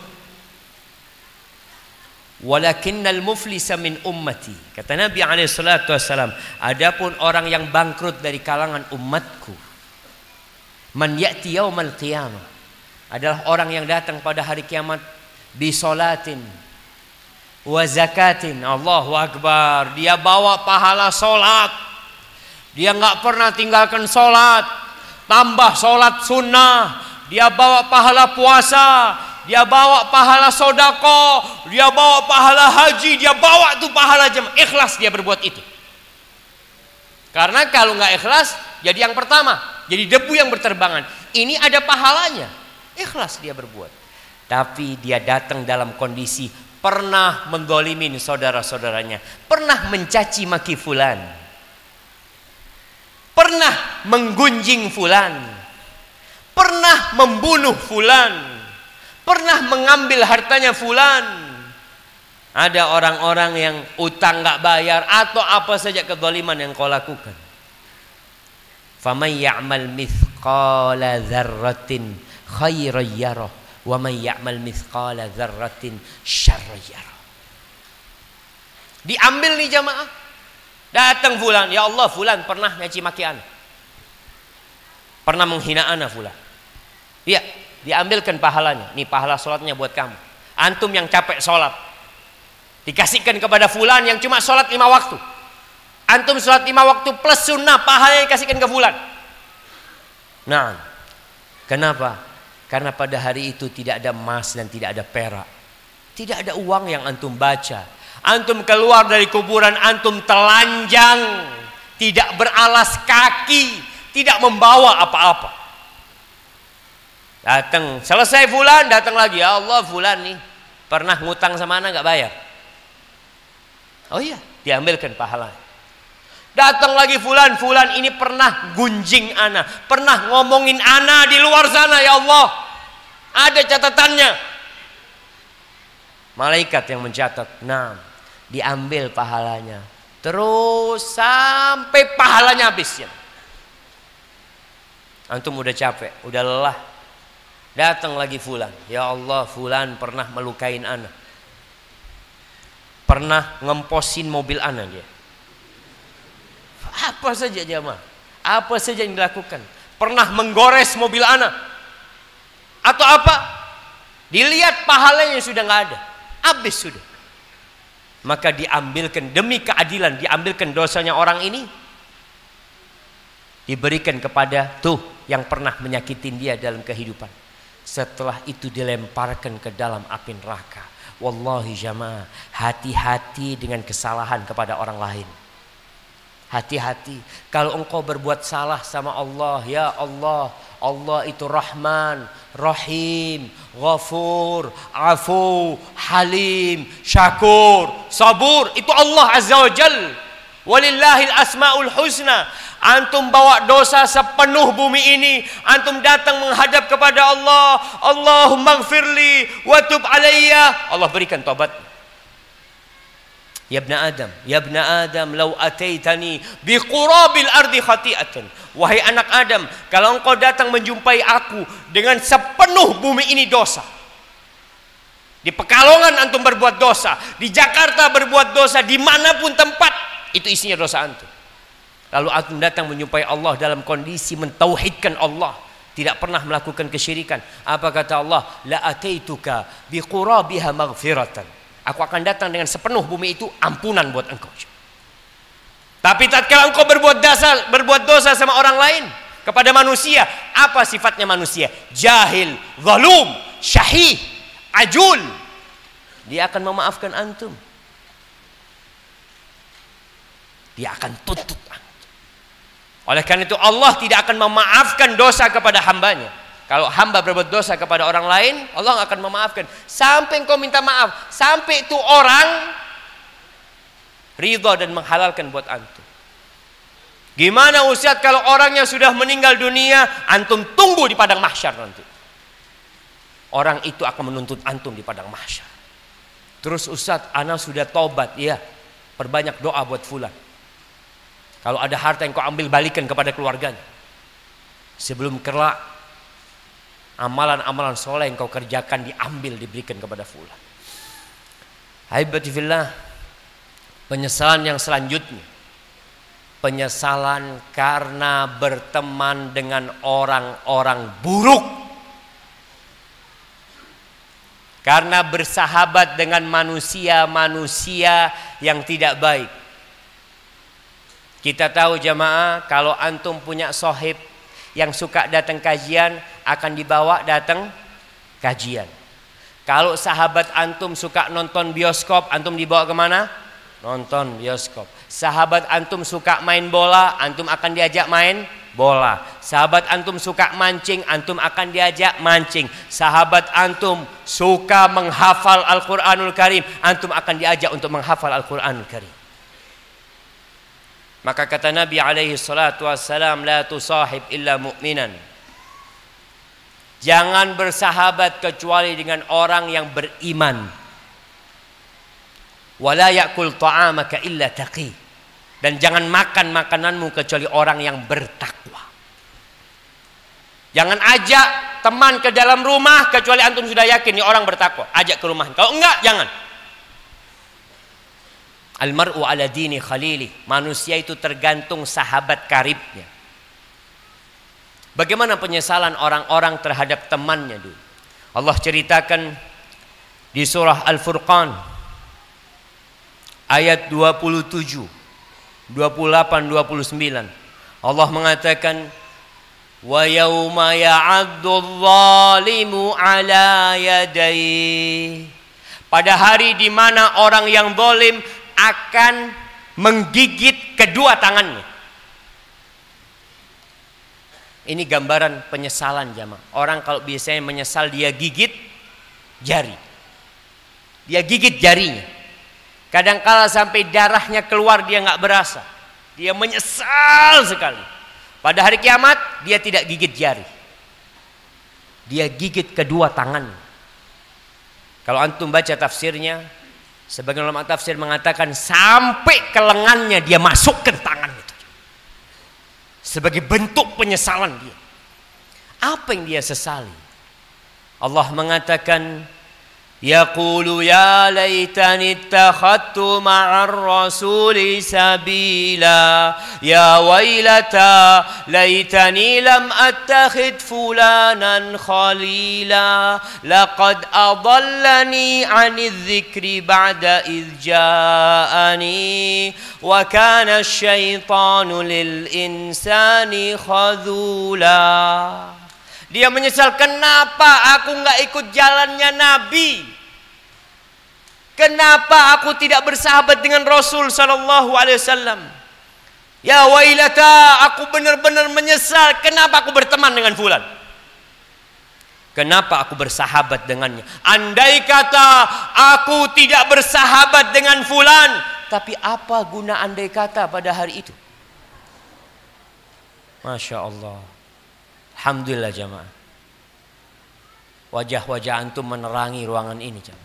Walakinnal muflisa min ummati. Kata Nabi SAW, adapun orang yang bangkrut dari kalangan umatku, man ya'ti yaumal qiyamah, adalah orang yang datang pada hari kiamat bi salatin wa zakatin. Allahu Akbar. Dia bawa pahala solat, dia nggak pernah tinggalkan solat, tambah solat sunnah. Dia bawa pahala puasa, dia bawa pahala sodako, dia bawa pahala haji, dia bawa tuh pahala jemaah. Ikhlas dia berbuat itu. Karena kalau nggak ikhlas, jadi yang pertama, jadi debu yang berterbangan. Ini ada pahalanya, ikhlas dia berbuat. Tapi dia datang dalam kondisi pernah mendzalimin saudara-saudaranya, pernah mencaci maki fulan, pernah menggunjing fulan, pernah membunuh fulan, pernah mengambil hartanya fulan. Ada orang-orang yang utang nggak bayar atau apa saja kezaliman yang kau lakukan. Faman ya'mal mithqala dzarratin khairan yarah wa man ya'mal mithqala dzarratin syarran yarah. Diambil nih jamaah. Datang fulan, ya Allah fulan pernah nyaci maki ana, pernah menghina ana fulan. Iya, diambilkan pahalanya. Nih pahala sholatnya buat kamu. Antum yang capek sholat, dikasihkan kepada fulan yang cuma sholat 5 waktu. Antum sholat 5 waktu plus sunnah, pahalanya dikasihkan ke fulan. Nah, kenapa? Karena pada hari itu tidak ada emas dan tidak ada perak, tidak ada uang yang antum baca. Antum keluar dari kuburan, antum telanjang, tidak beralas kaki, tidak membawa apa-apa. Datang, selesai fulan, datang lagi. Ya Allah fulan nih pernah ngutang sama ana nggak bayar. Oh iya, diambilkan pahalanya. Datang lagi fulan, fulan ini pernah gunjing ana, pernah ngomongin ana di luar sana. Ya Allah, ada catatannya. Malaikat yang mencatat. Nah, diambil pahalanya. Terus sampai pahalanya habis ya. Antum udah capek, udah lelah. Datang lagi fulan. Ya Allah, fulan pernah melukain ana, pernah ngemposin mobil ana dia. Apa saja jamaah, apa saja yang dilakukan. Pernah menggores mobil ana atau apa, dilihat pahalanya sudah nggak ada, habis sudah. Maka diambilkan demi keadilan, diambilkan dosanya orang ini, diberikan kepada tuh yang pernah menyakitin dia dalam kehidupan. Setelah itu dilemparkan ke dalam api neraka. Wallahi jamaah, hati-hati dengan kesalahan kepada orang lain. Hati-hati kalau engkau berbuat salah sama Allah. Ya Allah, Allah itu Rahman, Rahim, Ghafur, Afu, Halim, Syakur, Sabur. Itu Allah Azza wa Jal. Walillahil asmaul husna. Antum bawa dosa sepenuh bumi ini, antum datang menghadap kepada Allah, Allahumma gfirli wa tub alayya, Allah berikan taubat. Ya ibna Adam, law ataitani bi qurabil ardi khati'atan. Wahai anak Adam, kalau engkau datang menjumpai aku dengan sepenuh bumi ini dosa. Di Pekalongan antum berbuat dosa, di Jakarta berbuat dosa, dimanapun tempat itu isinya dosa antum. Lalu antum datang menjumpai Allah dalam kondisi mentauhidkan Allah, tidak pernah melakukan kesyirikan. Apa kata Allah? La ataituka biqurabiha maghfiratan. Aku akan datang dengan sepenuh bumi itu ampunan buat engkau. Tapi tatkala engkau berbuat dosa sama orang lain, kepada manusia, apa sifatnya manusia? Jahil, zalum, syahih, ajul. Dia akan memaafkan antum. dia akan tuntut antum. Oleh karena itu Allah tidak akan memaafkan dosa kepada hambanya. Kalau hamba berbuat dosa kepada orang lain, Allah akan memaafkan. Sampai engkau minta maaf, sampai itu orang ridha dan menghalalkan buat antum. Gimana Ustaz kalau orangnya sudah meninggal dunia, antum tunggu di padang mahsyar nanti. Orang itu akan menuntut antum di padang mahsyar. Terus Ustaz, ana sudah tobat, ya. Perbanyak doa buat fulan. Kalau ada harta yang kau ambil, balikan kepada keluarganya. Sebelum kelak amalan-amalan soleh yang kau kerjakan diambil, diberikan kepada fulan. Haibati fillah, penyesalan yang selanjutnya, penyesalan karena berteman dengan orang-orang buruk, karena bersahabat dengan manusia-manusia yang tidak baik. Kita tahu jamaah, kalau antum punya sohib yang suka datang kajian, akan dibawa datang kajian. Kalau sahabat antum suka nonton bioskop, antum dibawa kemana? Nonton bioskop. Sahabat antum suka main bola, antum akan diajak main bola. Sahabat antum suka mancing, antum akan diajak mancing. Sahabat antum suka menghafal Al-Quranul Karim, antum akan diajak untuk menghafal Al-Quranul Karim. Maka kata Nabi alaihi salatu wassalam, la tusahib illa mu'minan. Jangan bersahabat kecuali dengan orang yang beriman. Wala yakul ta'amaka illa taqi. Dan jangan makan makananmu kecuali orang yang bertakwa. Jangan ajak teman ke dalam rumah kecuali antum sudah yakin ini orang bertakwa. Ajak ke rumah. Kalau enggak, jangan. Almar'u ala dini khalili. Manusia itu tergantung sahabat karibnya. Bagaimana penyesalan orang-orang terhadap temannya dulu? Allah ceritakan di surah Al-Furqan ayat 27, 28, 29. Allah mengatakan, wa yauma ya'addu dhalimu ala yadayhi. Pada hari di mana orang yang zalim akan menggigit kedua tangannya. Ini gambaran penyesalan jamaah. Orang kalau biasanya menyesal, dia gigit jari. Dia gigit jarinya. Kadangkala sampai darahnya keluar dia nggak berasa. Dia menyesal sekali. Pada hari kiamat dia tidak gigit jari. Dia gigit kedua tangannya. Kalau antum baca tafsirnya, sebagian ulama tafsir mengatakan sampai ke lengannya dia masukkan tangan itu. Sebagai bentuk penyesalan dia. Apa yang dia sesali? Allah mengatakan, yaqulu ya laitani ittakhadtu ma'ar rasuli sabila ya wailata laitani lam attakhid fulanan khalila laqad adallani 'anidh dhikri ba'da idh ja'ani wa kana asyaitanu lil insani khadhula. Dia menyesal, kenapa aku nggak ikut jalannya Nabi? Kenapa aku tidak bersahabat dengan Rasul sallallahu alaihi wasallam? Ya wailata, aku benar-benar menyesal. Kenapa aku berteman dengan fulan? Kenapa aku bersahabat dengannya? Andai kata aku tidak bersahabat dengan fulan, tapi apa guna andai kata pada hari itu? Masya Allah. Alhamdulillah jamaah. Wajah-wajah antum menerangi ruangan ini jamaah.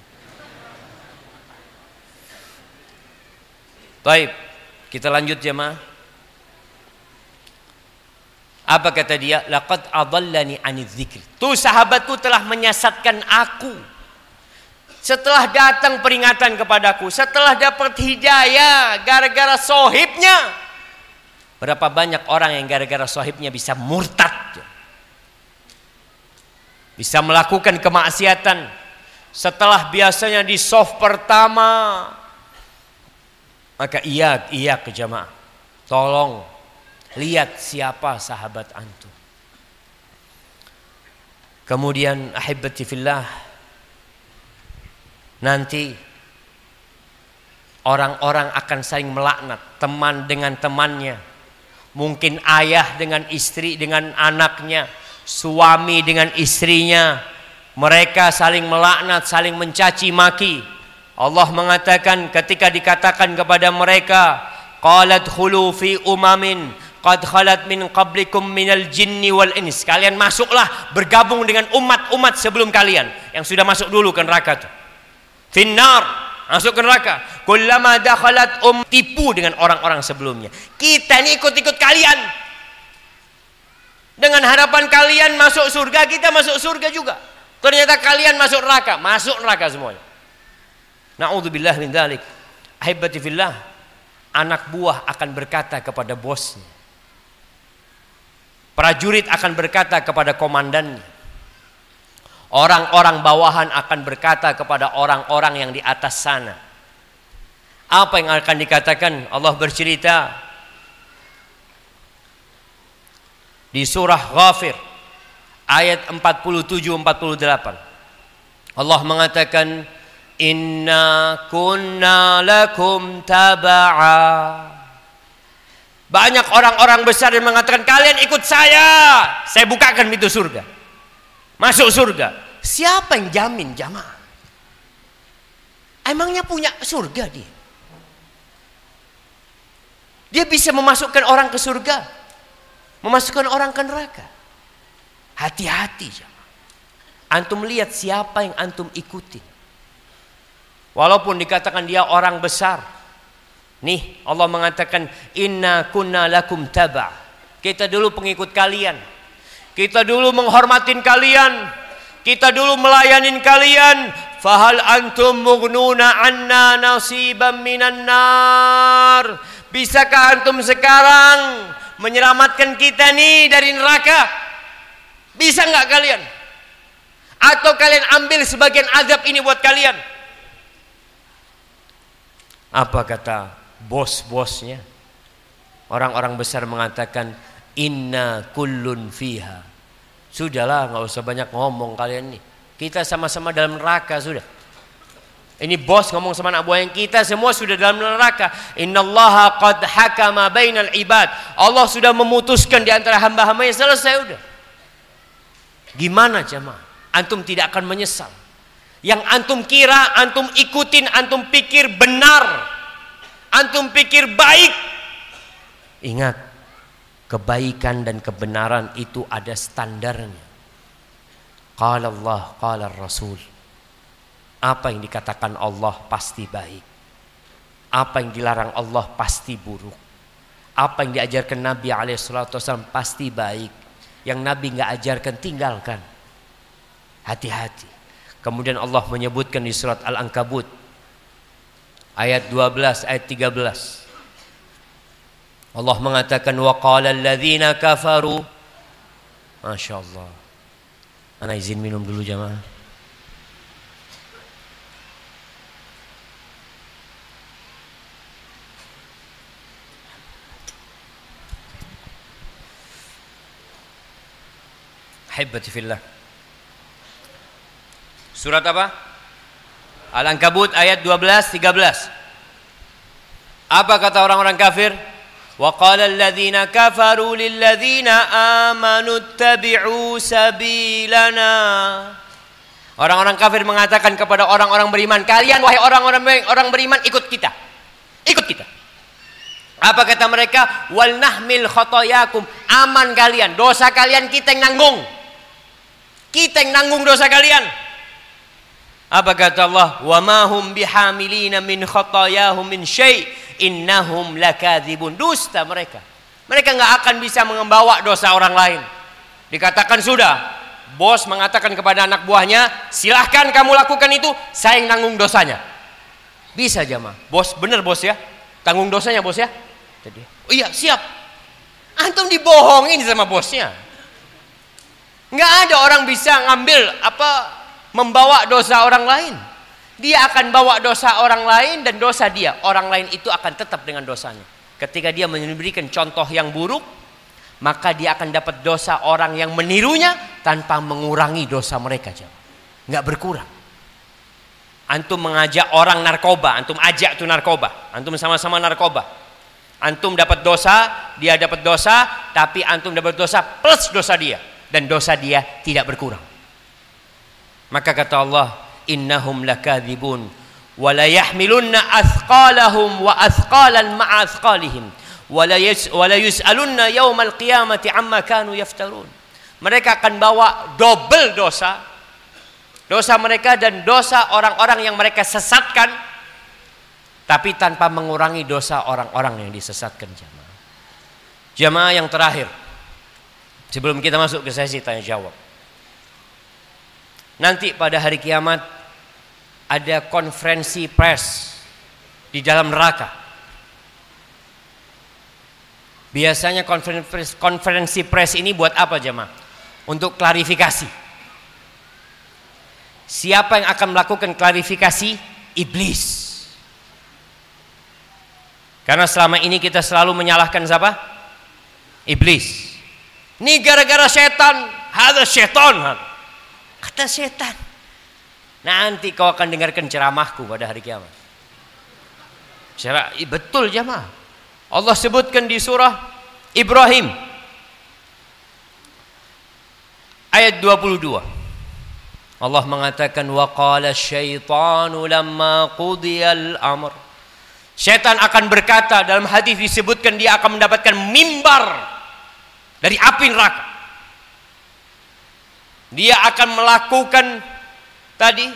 Baik, kita lanjut jamaah. Apa kata dia? Laqad adallani 'anidz dzikri. Tuh sahabatku telah menyesatkan aku. Setelah datang peringatan kepadaku, setelah dapat hidayah gara-gara sohibnya. Berapa banyak orang yang gara-gara sohibnya bisa murtad, bisa melakukan kemaksiatan. Setelah biasanya di soft pertama, maka iya ke jamaah, tolong lihat siapa sahabat antum. Kemudian ahibati fillah, nanti Orang-orang akan saling melaknat, teman dengan temannya, mungkin ayah dengan istri dengan anaknya, suami dengan istrinya. Mereka saling melaknat, saling mencaci maki. Allah mengatakan ketika dikatakan kepada mereka, qalat khulu fi umamin qad khalat min qablikum minal jinni wal ins. Kalian masuklah bergabung dengan umat-umat sebelum kalian yang sudah masuk dulu ke neraka itu. Finnar, masuk ke neraka. Kullama dakhalat tipu dengan orang-orang sebelumnya. Kita ini ikut-ikut kalian. Dengan harapan kalian masuk surga, kita masuk surga juga. Ternyata kalian masuk neraka semuanya. Na'udzubillah min dzalik. Ahibati fillah, anak buah akan berkata kepada bosnya. Prajurit akan berkata kepada komandannya. Orang-orang bawahan akan berkata kepada orang-orang yang di atas sana. Apa yang akan dikatakan? Allah bercerita di surah Ghafir ayat 47-48. Allah mengatakan, inna kunna lakum taba'a. Banyak orang-orang besar yang mengatakan, kalian ikut saya bukakan pintu surga, masuk surga. Siapa yang jamin jamaah? Emangnya punya surga dia? Dia bisa memasukkan orang ke surga, memasukkan orang ke neraka. Hati-hati jamaah. Antum lihat siapa yang antum ikuti. Walaupun dikatakan dia orang besar. Nih Allah mengatakan, inna kunna lakum taba'. Kita dulu pengikut kalian. Kita dulu menghormatin kalian. Kita dulu melayanin kalian. Fahal antum mughnuna anna nasiban minan nar. Bisakah antum sekarang menyelamatkan kita nih dari neraka? Bisa enggak kalian? Atau kalian ambil sebagian azab ini buat kalian? Apa kata bos-bosnya? Orang-orang besar mengatakan, inna kullun fiha. Sudahlah, nggak usah banyak ngomong kalian nih. Kita sama-sama dalam neraka sudah. Ini bos ngomong sama anak buah yang kita semua sudah dalam neraka. Innallaha qad hakama bainal ibad. Allah sudah memutuskan di antara hamba-hambanya, selesai udah. Gimana jemaah? Antum tidak akan menyesal. Yang antum kira, antum ikutin, antum pikir benar, antum pikir baik. Ingat, kebaikan dan kebenaran itu ada standarnya. Qala Allah, qala Rasul. Apa yang dikatakan Allah pasti baik. Apa yang dilarang Allah pasti buruk. Apa yang diajarkan Nabi SAW pasti baik. Yang Nabi nggak ajarkan, tinggalkan. Hati-hati. Kemudian Allah menyebutkan di surat Al-Ankabut ayat 12, ayat 13. Allah mengatakan, wa qala alladzina kafaru. Masya Allah. Ana izin minum dulu jamaah. Haibati fillah. Surat apa? Al-Ankabut ayat 12, 13. Apa kata orang-orang kafir? Wa qala alladzina kafaru lilladzina amanu ittabi'u sabilana. Orang-orang kafir mengatakan kepada orang-orang beriman, kalian wahai orang beriman ikut kita. Ikut kita. Apa kata mereka? Wal nahmil khotoyakum. Aman kalian, dosa kalian kita yang nanggung. Kita yang nanggung dosa kalian. Apa kata Allah? Wa ma hum bihamilina min khotoyahum min syai' innahum lakadzibun. Dusta mereka. Mereka enggak akan bisa membawa dosa orang lain. Dikatakan sudah, bos mengatakan kepada anak buahnya, silahkan kamu lakukan itu, saya yang nanggung dosanya. Bisa jamaah. Bos, bener bos ya? Tanggung dosanya bos ya? Jadi, oh iya siap. Antum dibohongin sama bosnya. Nggak ada orang bisa ngambil membawa dosa orang lain. Dia akan bawa dosa orang lain dan dosa dia. Orang lain itu akan tetap dengan dosanya. Ketika dia memberikan contoh yang buruk, maka dia akan dapat dosa orang yang menirunya tanpa mengurangi dosa mereka. Nggak berkurang. Antum mengajak orang narkoba, antum ajak tuh narkoba, antum sama-sama narkoba. Antum dapat dosa, dia dapat dosa, tapi antum dapat dosa plus dosa dia, dan dosa dia tidak berkurang. Maka kata Allah, innahum lakadzibun wa la yahmilunna athqalahum wa athqalan ma'a athqalihim wa la yus'alunna yaumal qiyamati amma kanu yaftarun. Mereka akan bawa double dosa mereka dan dosa orang-orang yang mereka sesatkan, tapi tanpa mengurangi dosa orang-orang yang disesatkan. Jamaah yang terakhir, sebelum kita masuk ke sesi tanya jawab, nanti pada hari kiamat ada konferensi pers di dalam neraka. Biasanya konferensi pers ini buat apa jamaah? Untuk klarifikasi. Siapa yang akan melakukan klarifikasi? Iblis. Karena selama ini kita selalu menyalahkan siapa? Iblis. Ini gara-gara setan. Hada syaitan. Kata setan. Nanti kau akan dengarkan ceramahku pada hari kiamat. Betul jamaah. Allah sebutkan di surah Ibrahim ayat 22. Allah mengatakan wa qala syaitanu lamma qudiyal amr. Syaitan akan berkata, dalam hadis disebutkan dia akan mendapatkan mimbar dari api neraka. Dia akan melakukan tadi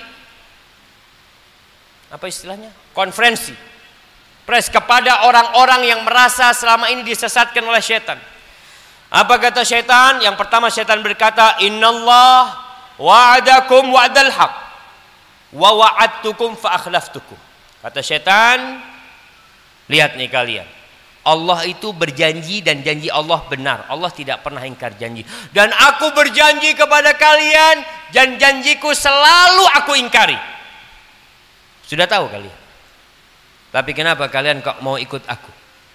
apa istilahnya? Konferensi pres kepada orang-orang yang merasa selama ini disesatkan oleh syaitan. Apa kata syaitan? Yang pertama syaitan berkata, innallah wa'adakum wa'dal haq wa wa'adtukum fa akhlaftukum. Kata syaitan, lihat nih kalian, Allah itu berjanji dan janji Allah benar. Allah tidak pernah ingkar janji. Dan aku berjanji kepada kalian dan janjiku selalu aku ingkari. Sudah tahu kalian. Tapi kenapa kalian kok mau ikut aku?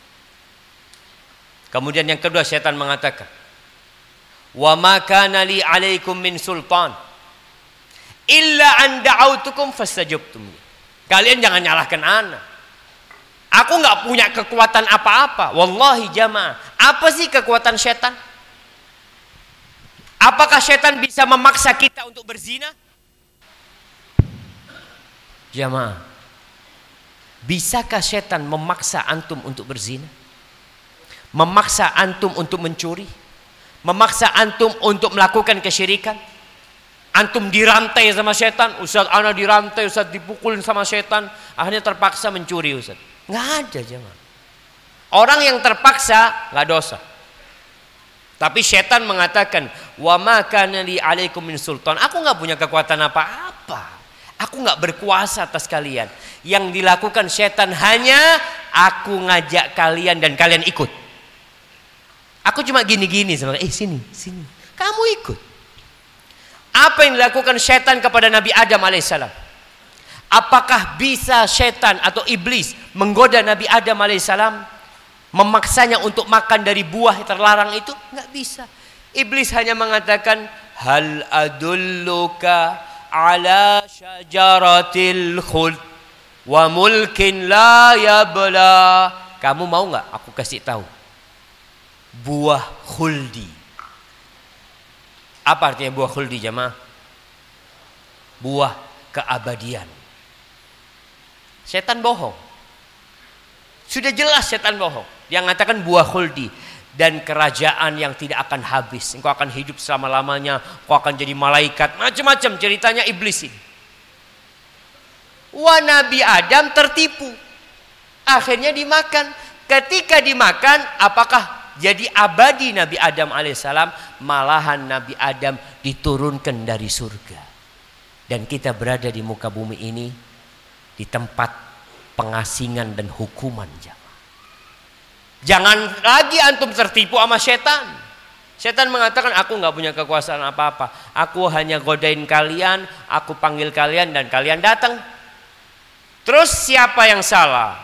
Kemudian yang kedua syaitan mengatakan, wa ma kana li 'alaikum min sultan illa an da'autukum fastajabtum. Kalian jangan nyalahkan ana. Aku enggak punya kekuatan apa-apa. Wallahi jamaah, apa sih kekuatan setan? Apakah setan bisa memaksa kita untuk berzina? Jamaah, bisakah setan memaksa antum untuk berzina? Memaksa antum untuk mencuri? Memaksa antum untuk melakukan kesyirikan? Antum dirantai sama setan, Ustaz ana dirantai, Ustaz dipukulin sama setan, akhirnya terpaksa mencuri Ustaz. Nggak ada jemaah. Orang yang terpaksa nggak dosa. Tapi setan mengatakan, wa ma kana li 'alaikum min sultan. Aku nggak punya kekuatan apa-apa. Aku nggak berkuasa atas kalian. Yang dilakukan setan hanya aku ngajak kalian dan kalian ikut. Aku cuma gini-gini sama sini. Kamu ikut. Apa yang dilakukan setan kepada Nabi Adam alaihissalam? Apakah bisa setan atau iblis menggoda Nabi Adam alaihissalam, memaksanya untuk makan dari buah yang terlarang itu? Nggak bisa. Iblis hanya mengatakan, hal adulluka ala syajaratil khuld wa mulkin la yabla. Kamu mau nggak aku kasih tahu buah khuldi? Apa artinya buah khuldi jemaah? Buah keabadian. Setan bohong. Sudah jelas setan bohong. Dia mengatakan buah khuldi dan kerajaan yang tidak akan habis. Engkau akan hidup selama-lamanya, engkau akan jadi malaikat, macam-macam ceritanya iblis ini. Wah, Nabi Adam tertipu. Akhirnya dimakan. Ketika dimakan, apakah jadi abadi Nabi Adam alaihissalam? Malahan Nabi Adam diturunkan dari surga. Dan kita berada di muka bumi ini di tempat pengasingan dan hukuman. Jangan lagi antum tertipu sama setan. Setan mengatakan, aku nggak punya kekuasaan apa-apa. Aku hanya godain kalian, aku panggil kalian dan kalian datang. Terus siapa yang salah?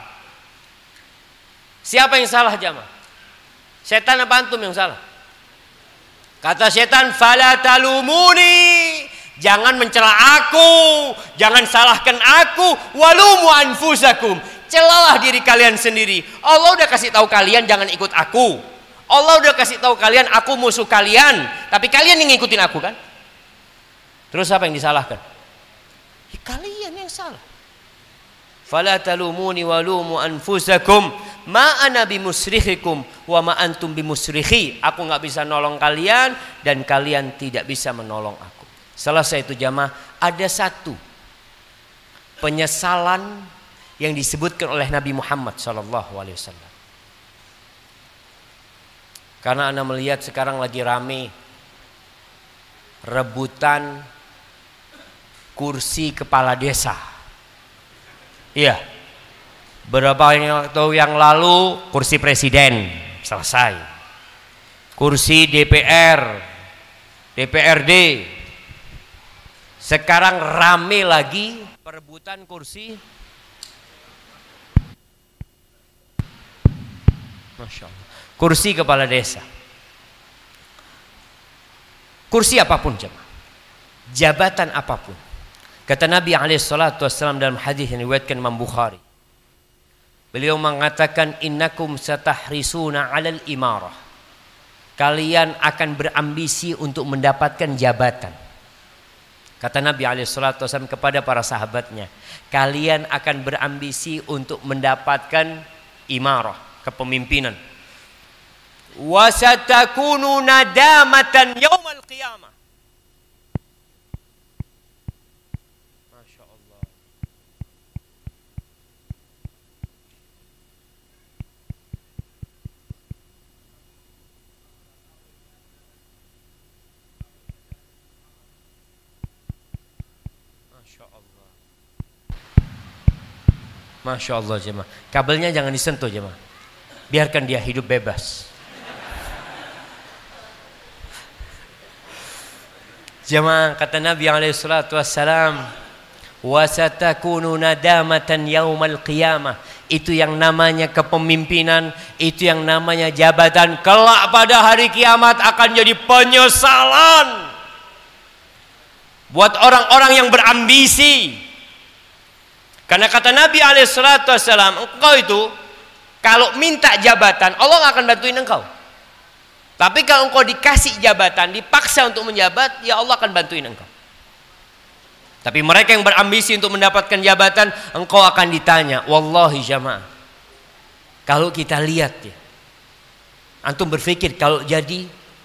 Siapa yang salah jamaah? Setan apa antum yang salah? Kata setan, fala talumuni Jangan mencela aku, jangan salahkan aku, walumu anfusakum. Celalah diri kalian sendiri. Allah udah kasih tahu kalian jangan ikut aku. Allah udah kasih tahu kalian aku musuh kalian, tapi kalian yang ngikutin aku kan? Terus apa yang disalahkan? Ya, kalian yang salah. Fala talumuni walumu anfusakum ma ana bimusrikhikum wa ma antum bimusrikhi. Aku enggak bisa nolong kalian dan kalian tidak bisa menolong aku. Selesai itu jamaah, ada satu penyesalan yang disebutkan oleh Nabi Muhammad SAW. Karena Anda melihat sekarang lagi rame rebutan kursi kepala desa. Iya. Beberapa waktu yang lalu kursi presiden selesai. Kursi DPR, DPRD. Sekarang rame lagi perebutan kursi. Masya Allah. Kursi kepala desa. Kursi apapun jemaah. Jabatan apapun. Kata Nabi SAW dalam hadis yang diriwayatkan Imam Bukhari. Beliau mengatakan innakum satahrisuna 'alal imarah. Kalian akan berambisi untuk mendapatkan jabatan. Kata Nabi SAW kepada para sahabatnya, kalian akan berambisi untuk mendapatkan imarah, kepemimpinan. Wa satakunu nadamatan yaumal qiyamah. Masya Allah. Masya Allah. Masya Allah jemaah. Kabelnya jangan disentuh jemaah. Biarkan dia hidup bebas. Jemaah, kata Nabi SAW, wasatakunu nadamatan yaumal qiyamah. Itu yang namanya kepemimpinan, itu yang namanya jabatan. Kelak pada hari kiamat akan jadi penyesalan buat orang-orang yang berambisi. Karena kata Nabi SAW, engkau itu kalau minta jabatan, Allah gak akan bantuin engkau. Tapi kalau engkau dikasih jabatan, dipaksa untuk menjabat, ya Allah akan bantuin engkau. Tapi mereka yang berambisi untuk mendapatkan jabatan, engkau akan ditanya. Wallahi jamaah, kalau kita lihat ya, antum berpikir kalau jadi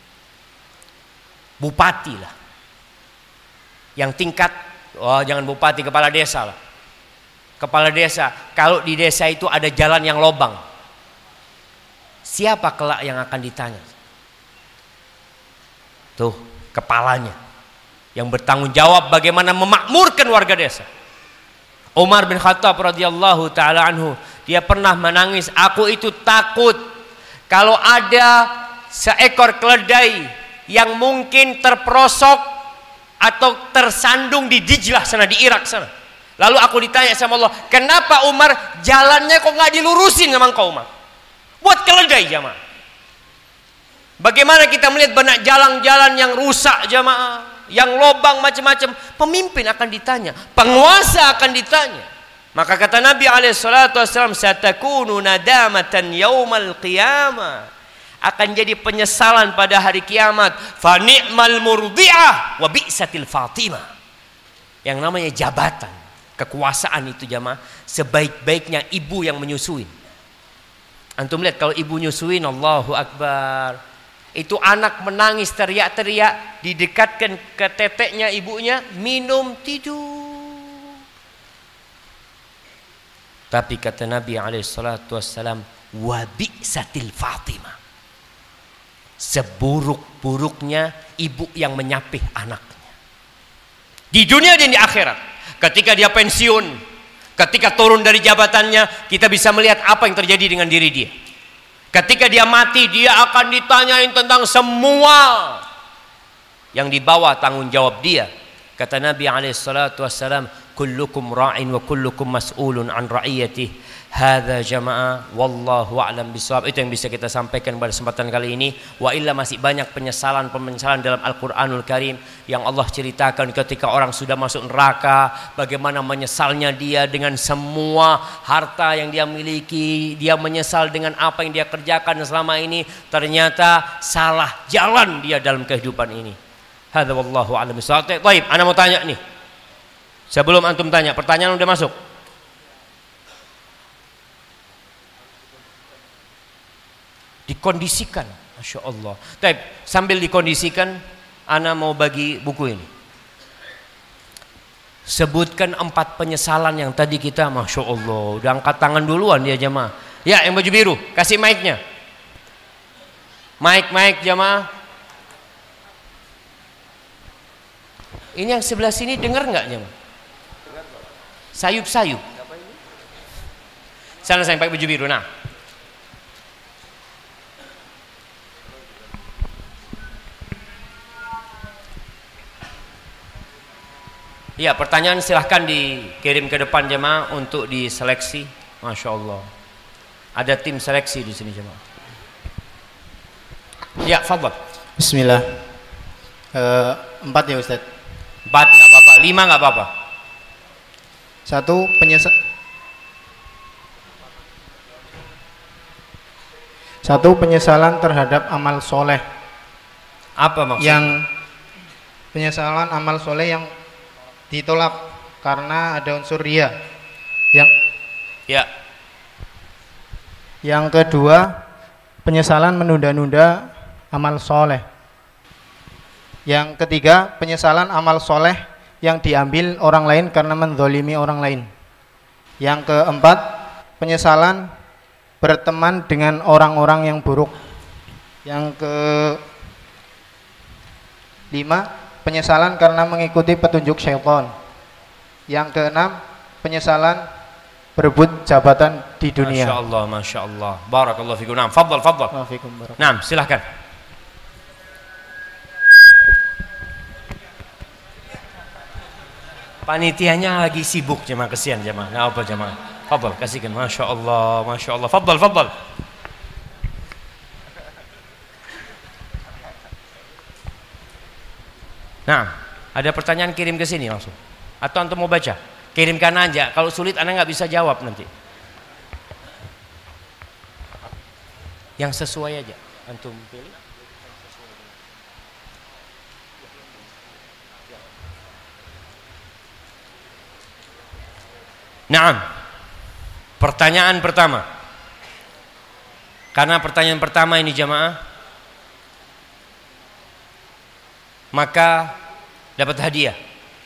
bupati lah, yang tingkat, jangan bupati, kepala desa lah. Kepala desa, kalau di desa itu ada jalan yang lobang, siapa kelak yang akan ditanya? Tuh, kepalanya yang bertanggung jawab bagaimana memakmurkan warga desa. Umar bin Khattab radhiyallahu taala anhu, dia pernah menangis, aku itu takut kalau ada seekor keledai yang mungkin terperosok atau tersandung di Dijlah sana, di Irak sana. Lalu aku ditanya sama Allah, kenapa Umar jalannya kok nggak dilurusin sama engkau Umar? Buat keledai jamaah. Bagaimana kita melihat banyak jalan-jalan yang rusak jamaah, yang lobang macam-macam. Pemimpin akan ditanya, penguasa akan ditanya. Maka kata Nabi SAW, satakunu nadamatan yaumal qiyamah. Akan jadi penyesalan pada hari kiamat. Fa ni'mal murdi'ah wa bi'satil fatimah. Yang namanya jabatan, kekuasaan itu jamaah, sebaik-baiknya ibu yang menyusuin. Antum lihat kalau ibu nyusuin, Allahu Akbar, itu anak menangis teriak-teriak, didekatkan ke teteknya ibunya, minum, tidur. Tapi kata Nabi SAW, wa bi'satil fatimah, seburuk-buruknya ibu yang menyapih anaknya di dunia dan di akhirat. Ketika dia pensiun, ketika turun dari jabatannya, kita bisa melihat apa yang terjadi dengan diri dia. Ketika dia mati, dia akan ditanyain tentang semua yang dibawa tanggung jawab dia. Kata Nabi SAW, kullukum ra'in wa kullukum mas'ulun an ra'iyatih. Hadza jamaah wallahu a'lam bishawab. Itu yang bisa kita sampaikan pada kesempatan kali ini. Wa illa masih banyak penyesalan dalam Al-Qur'anul Karim yang Allah ceritakan ketika orang sudah masuk neraka, bagaimana menyesalnya dia dengan semua harta yang dia miliki, dia menyesal dengan apa yang dia kerjakan selama ini, ternyata salah jalan dia dalam kehidupan ini. Hadza wallahu a'lam bishawab. Baik, ana mau tanya nih. Sebelum antum tanya, pertanyaan udah masuk? Dikondisikan, Masya Allah. Baik, sambil dikondisikan, ana mau bagi buku ini. Sebutkan 4 penyesalan yang tadi kita, Masya Allah, udah angkat tangan duluan dia jamaah. Ya, yang baju biru, kasih mic-nya. Mic jamaah. Ini yang sebelah sini dengar nggak jamaah? Sayup-sayup. Sana saya pakai baju biru, nah. Ya, pertanyaan silahkan dikirim ke depan jemaah untuk diseleksi. Masya Allah. Ada tim seleksi di sini jemaah. Ya, fadhal. Bismillah. 4 ya Ustaz. 4 nggak apa-apa, 5 nggak apa-apa. 1 penyesalan terhadap amal soleh. Apa maksudnya? Penyesalan amal soleh yang ditolak karena ada unsur riya. Yang kedua, penyesalan menunda-nunda amal soleh. Yang ketiga, penyesalan amal soleh yang diambil orang lain karena menzolimi orang lain. Yang keempat, penyesalan berteman dengan orang-orang yang buruk. Yang kelima, penyesalan karena mengikuti petunjuk syaitan. Yang keenam, penyesalan berebut jabatan di dunia. Masya Allah, Masya Allah. Barakallahu fikum. Naam, fadhal. Naam, silahkan. Panitianya lagi sibuk jemaah, kesian jemaah. Nggak apa jemaah. Fadhal, kasihkan. Masya Allah, Masya Allah. Fadhal. Nah, ada pertanyaan kirim ke sini langsung. Atau antum mau baca? Kirimkan aja. Kalau sulit anda nggak bisa jawab nanti. Yang sesuai aja. Antum pilih. Naam. Pertanyaan pertama. Karena pertanyaan pertama ini jamaah, maka dapat hadiah.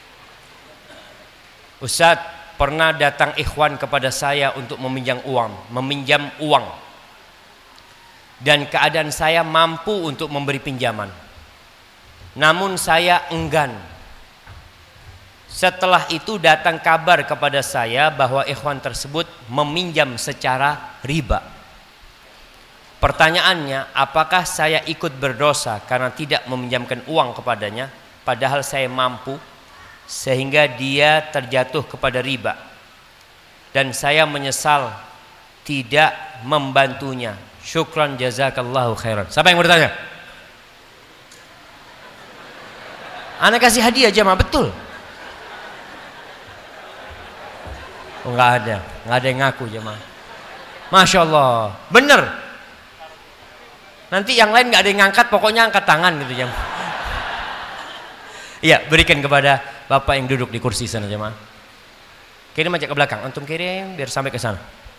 Ustaz, pernah datang ikhwan kepada saya untuk meminjam uang. Dan keadaan saya mampu untuk memberi pinjaman. Namun saya enggan. Setelah itu datang kabar kepada saya bahwa ikhwan tersebut meminjam secara riba. Pertanyaannya, apakah saya ikut berdosa karena tidak meminjamkan uang kepadanya padahal saya mampu sehingga dia terjatuh kepada riba dan saya menyesal tidak membantunya. Syukran jazakallahu khairan. Siapa yang bertanya? Ana kasih hadiah jamaah, betul? Oh, nggak ada yang ngaku jamaah. Masya Allah, bener. Nanti yang lain nggak ada yang ngangkat, pokoknya angkat tangan gitu jamaah. Iya, berikan kepada bapak yang duduk di kursi sana jamaah. Kirim aja ke belakang, antum kirim biar sampai ke sana.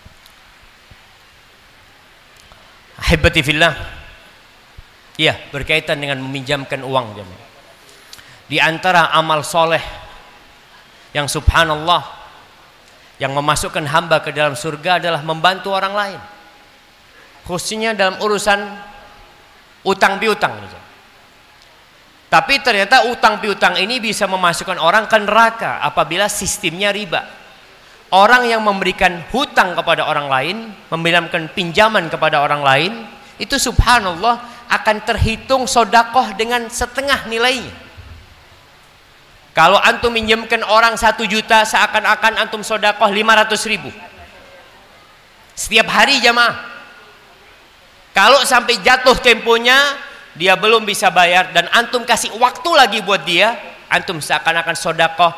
Ahibati fillah. Iya, berkaitan dengan meminjamkan uang jamaah. Di antara amal soleh yang subhanallah yang memasukkan hamba ke dalam surga adalah membantu orang lain, khususnya dalam urusan utang piutang. Tapi ternyata utang piutang ini bisa memasukkan orang ke neraka apabila sistemnya riba. Orang yang memberikan hutang kepada orang lain, memberikan pinjaman kepada orang lain, itu subhanallah akan terhitung sodakoh dengan setengah nilainya. Kalau antum minjamkan orang 1 juta, seakan-akan antum sodakoh 500.000. Setiap hari jamaah. Kalau sampai jatuh temponya dia belum bisa bayar dan antum kasih waktu lagi buat dia, antum seakan-akan sodakoh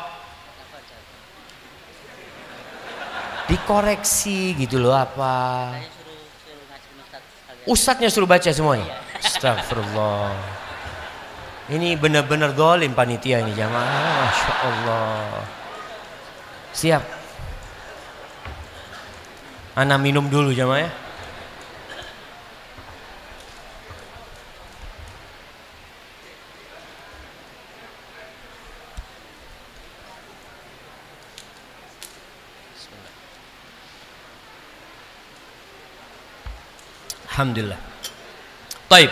dikoreksi gitu loh apa. Ustadznya suruh baca semuanya. Astagfirullah. Ini benar-benar dolim panitia ini jamaah. Masya Allah. Siap. Ana minum dulu jamaah ya. Alhamdulillah. Taib.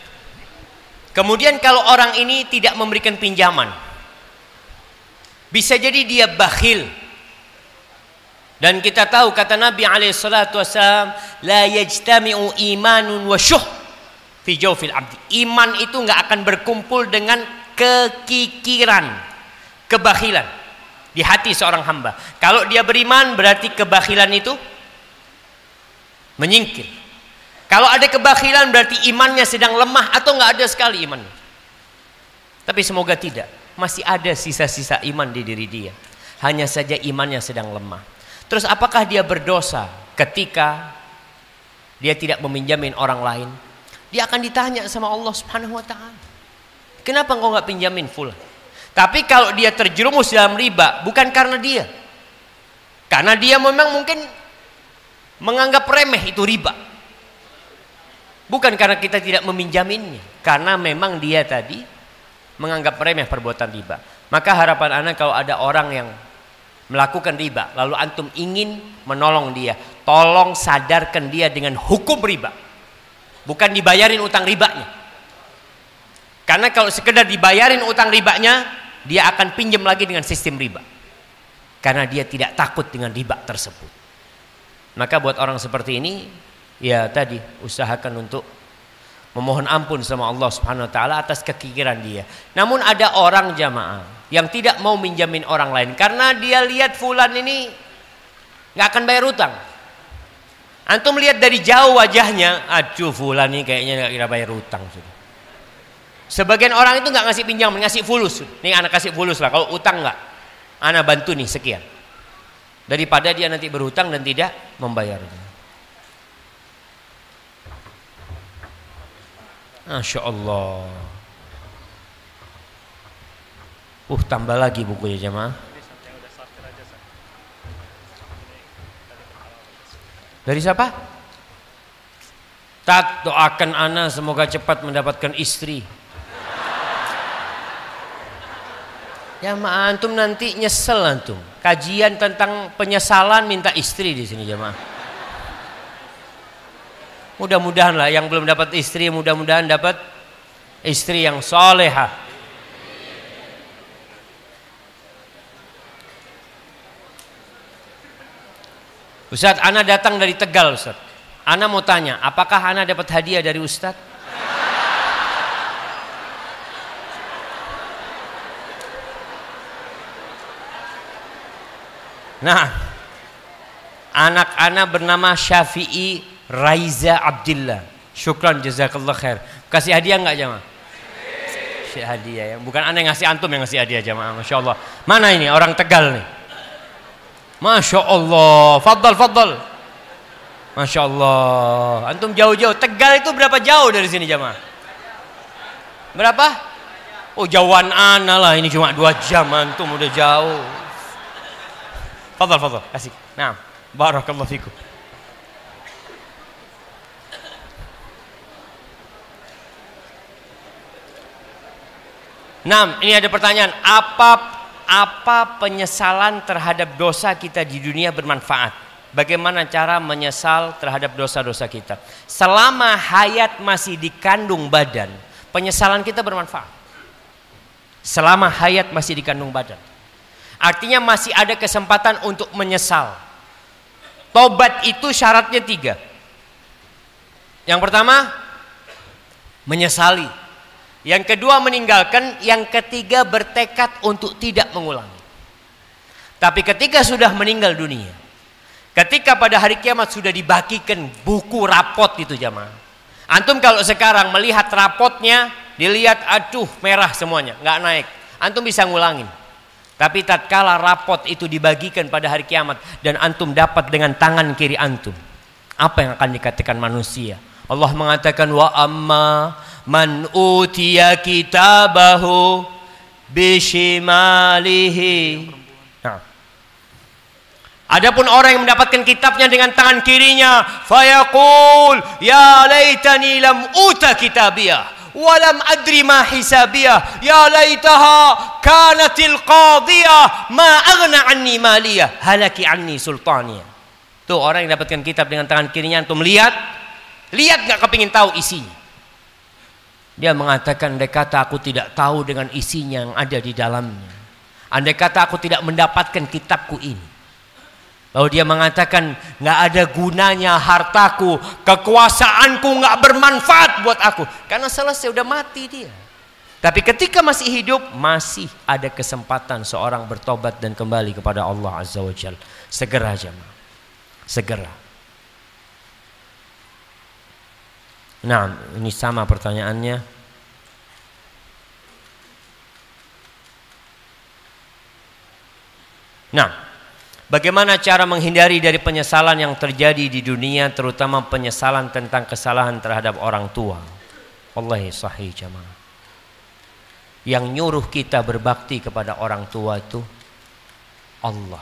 Kemudian kalau orang ini tidak memberikan pinjaman, bisa jadi dia bakhil. Dan kita tahu kata Nabi SAW, la yajtami'u imanun wa syuh fi jawfil abdi. Iman itu nggak akan berkumpul dengan kekikiran, kebakhilan di hati seorang hamba. Kalau dia beriman berarti kebakhilan itu menyingkir. Kalau ada kebakhilan berarti imannya sedang lemah atau nggak ada sekali iman. Tapi semoga tidak, masih ada sisa-sisa iman di diri dia. Hanya saja imannya sedang lemah. Terus apakah dia berdosa ketika dia tidak meminjamin orang lain? Dia akan ditanya sama Allah Subhanahu wa taala. Kenapa engkau nggak pinjamin fulan? Tapi kalau dia terjerumus dalam riba, bukan karena dia. Karena dia memang mungkin menganggap remeh itu riba. Bukan karena kita tidak meminjaminnya, karena memang dia tadi menganggap remeh perbuatan riba. Maka harapan Anda kalau ada orang yang melakukan riba, lalu antum ingin menolong dia, tolong sadarkan dia dengan hukum riba. Bukan dibayarin utang ribanya. Karena kalau sekedar dibayarin utang ribanya, dia akan pinjam lagi dengan sistem riba. Karena dia tidak takut dengan riba tersebut. Maka buat orang seperti ini, ya tadi usahakan untuk memohon ampun sama Allah Subhanahu wa taala atas kekikiran dia. Namun ada orang jamaah yang tidak mau minjamin orang lain karena dia lihat fulan ini nggak akan bayar utang. Antum lihat dari jauh wajahnya, aduh fulan ini kayaknya nggak kira bayar utang. Sebagian orang itu nggak ngasih pinjaman, ngasih fulus. Nih anak kasih fulus lah, kalau utang nggak, anak bantu nih sekian. Daripada dia nanti berhutang dan tidak membayarnya. Masya Allah. Tambah lagi bukunya jemaah. Dari siapa? Tat, doakan ana semoga cepat mendapatkan istri. Ya ma antum nanti nyesel antum. Kajian tentang penyesalan minta istri di sini jemaah. Mudah-mudahan lah yang belum dapat istri, mudah-mudahan dapat istri yang solehah. Ustaz, ana datang dari Tegal Ustaz. Ana mau tanya, apakah ana dapat hadiah dari Ustaz? Nah, anak ana bernama Syafi'i Raiza Abdillah. Syukran jazakallah khair. Kasih hadiah enggak jamaah? Kasih hadiah ya. Bukan aneh ngasih, antum yang ngasih hadiah jamaah. Masya Allah. Mana ini orang Tegal nih? Masya Allah. Faddal, faddal. Masya Allah. Antum jauh-jauh. Tegal itu berapa jauh dari sini jamaah? Berapa? Oh jauhan ana lah. Ini cuma 2 jam. Antum udah jauh. Faddal, faddal. Kasih. Nah. Barakallahu fikum. Nah, ini ada pertanyaan, apa penyesalan terhadap dosa kita di dunia bermanfaat? Bagaimana cara menyesal terhadap dosa-dosa kita? Selama hayat masih dikandung badan, penyesalan kita bermanfaat. Selama hayat masih dikandung badan. Artinya masih ada kesempatan untuk menyesal. Tobat itu syaratnya 3. Yang pertama, menyesali. Yang kedua meninggalkan, yang ketiga bertekad untuk tidak mengulangi. Tapi ketika sudah meninggal dunia, Ketika pada hari kiamat sudah dibagikan buku rapot itu jamaah. Antum kalau sekarang melihat rapotnya, dilihat aduh merah semuanya, nggak naik. Antum bisa ngulangin. Tapi tatkala rapot itu dibagikan pada hari kiamat dan antum dapat dengan tangan kiri antum, apa yang akan dikatakan manusia? Allah mengatakan wa amma man utiya kitabahu bishimalihi. Nah. Adapun orang yang mendapatkan kitabnya dengan tangan kirinya, fayaqul ya laitani lam uta kitabiyah walam adri ma hisabiyah ya laitaha kanatil qadiyah ma aghna anni maliyah halaki anni sultaniyah. Tuh orang yang dapatkan kitab dengan tangan kirinya, antum lihat nggak kepingin tahu isinya. Dia mengatakan, andai kata aku tidak tahu dengan isinya yang ada di dalamnya, andai kata aku tidak mendapatkan kitabku ini. Lalu dia mengatakan, nggak ada gunanya hartaku, kekuasaanku nggak bermanfaat buat aku, karena selesai udah mati dia. Tapi ketika masih hidup, masih ada kesempatan seorang bertobat dan kembali kepada Allah Azza wa Jalla. Segera jemaah, segera. Nah, ini sama pertanyaannya. Nah, bagaimana cara menghindari dari penyesalan yang terjadi di dunia, terutama penyesalan tentang kesalahan terhadap orang tua? Wallahi sahih jamaah. Yang nyuruh kita berbakti kepada orang tua itu Allah.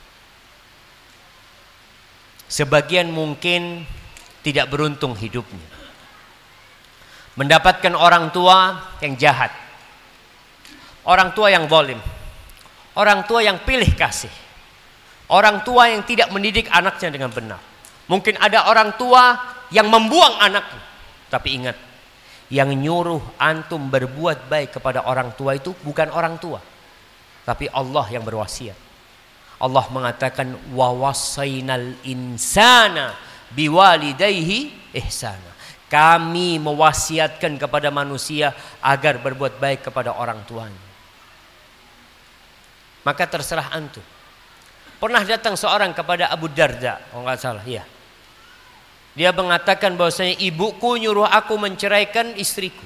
Sebagian mungkin tidak beruntung hidupnya, mendapatkan orang tua yang jahat, orang tua yang zalim, orang tua yang pilih kasih, orang tua yang tidak mendidik anaknya dengan benar. Mungkin ada orang tua yang membuang anaknya. Tapi ingat, yang nyuruh antum berbuat baik kepada orang tua itu bukan orang tua, tapi Allah yang berwasiat. Allah mengatakan wa wasainal insana biwalidayhi ihsana. Kami mewasiatkan kepada manusia agar berbuat baik kepada orang tuanya. Maka terserah antum. Pernah datang seorang kepada Abu Darda, kalau nggak salah, ya. Dia mengatakan bahwasanya ibuku nyuruh aku menceraikan istriku.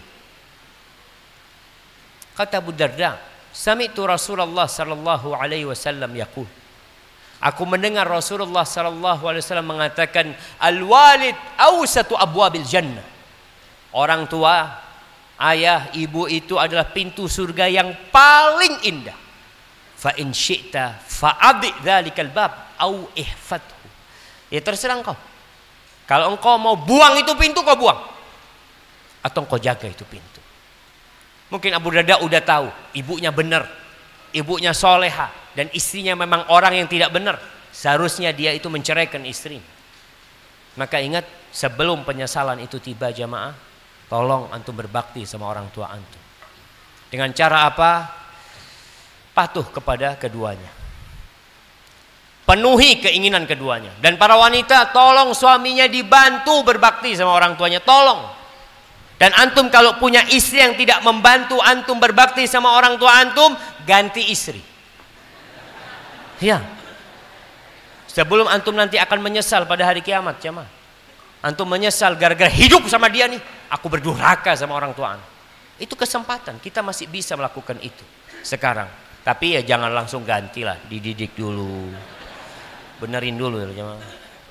Kata Abu Darda, sami'tu Rasulullah sallallahu alaihi wasallam yaqul. Aku mendengar Rasulullah sallallahu alaihi wasallam mengatakan, al-walid awsatu abwabil jannah. Orang tua, ayah, ibu itu adalah pintu surga yang paling indah. Fa in syi'ta fa'adhi dzalikal bab au ihfadhu. Ya terserah engkau. Kalau engkau mau buang itu pintu, kau buang. Atau engkau jaga itu pintu. Mungkin Abu Darda udah tahu ibunya benar, ibunya soleha, dan istrinya memang orang yang tidak benar. Seharusnya dia itu menceraikan istrinya. Maka ingat, sebelum penyesalan itu tiba jamaah, tolong antum berbakti sama orang tua antum. Dengan cara apa? Patuh kepada keduanya. Penuhi keinginan keduanya. Dan para wanita, tolong suaminya dibantu berbakti sama orang tuanya. Tolong. Dan antum kalau punya istri yang tidak membantu antum berbakti sama orang tua antum, ganti istri. Ya. Sebelum antum nanti akan menyesal pada hari kiamat, jemaah. Antum menyesal gara-gara hidup sama dia nih, aku berdurhaka sama orang tua anak. Itu kesempatan, kita masih bisa melakukan itu sekarang. Tapi ya jangan langsung gantilah, dididik dulu. Benerin dulu ya jemaah.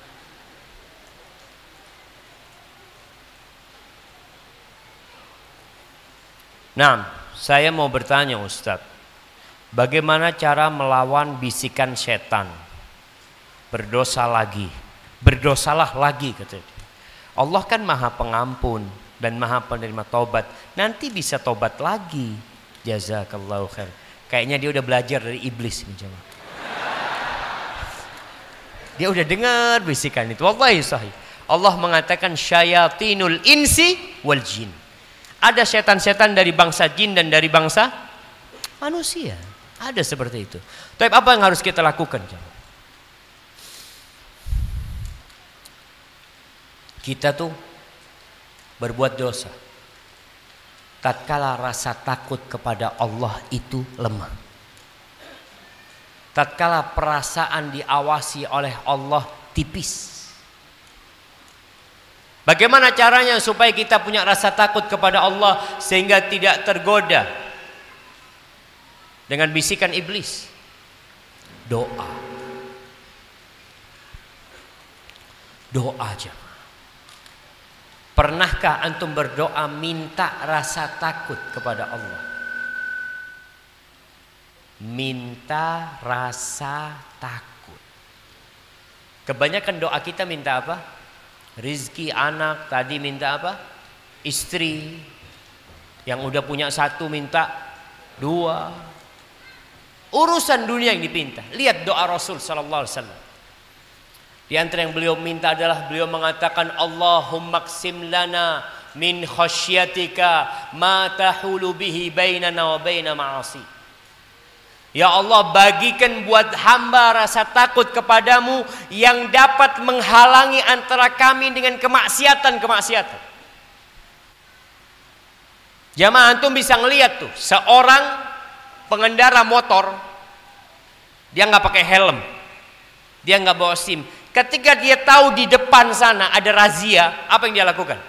Nah, saya mau bertanya Ustadz, bagaimana cara melawan bisikan setan? Berdosa lagi, berdosalah lagi katanya. Allah kan maha pengampun dan maha penerima taubat. Nanti bisa taubat lagi. Jazakallahu khair. Kayaknya dia udah belajar dari iblis nih jemaah. Dia udah dengar bisikan itu. Wallahi sahih. Allah mengatakan syayatinul insi wal jin. Ada setan-setan dari bangsa jin dan dari bangsa manusia. Ada seperti itu. Tapi apa yang harus kita lakukan? Kita tuh berbuat dosa tatkala rasa takut kepada Allah itu lemah. Tatkala perasaan diawasi oleh Allah tipis. Bagaimana caranya supaya kita punya rasa takut kepada Allah sehingga tidak tergoda dengan bisikan iblis? Doa. Doa jemaah. Pernahkah antum berdoa minta rasa takut kepada Allah? Minta rasa takut. Kebanyakan doa kita minta apa? Rizki, anak. Tadi minta apa? Istri. Yang udah punya satu minta dua. Urusan dunia yang dipinta. Lihat doa Rasul sallallahu alaihi wasallam. Di antara yang beliau minta adalah beliau mengatakan, Allahumma qsim lana min khasyatika ma tahulu bihi bainana wa baina ma'asi. Ya Allah, bagikan buat hamba rasa takut kepadamu yang dapat menghalangi antara kami dengan kemaksiatan-kemaksiatan. Jamaah, antum bisa ngelihat tuh seorang pengendara motor, dia nggak pakai helm, dia nggak bawa SIM. Ketika dia tahu di depan sana ada razia, apa yang dia lakukan?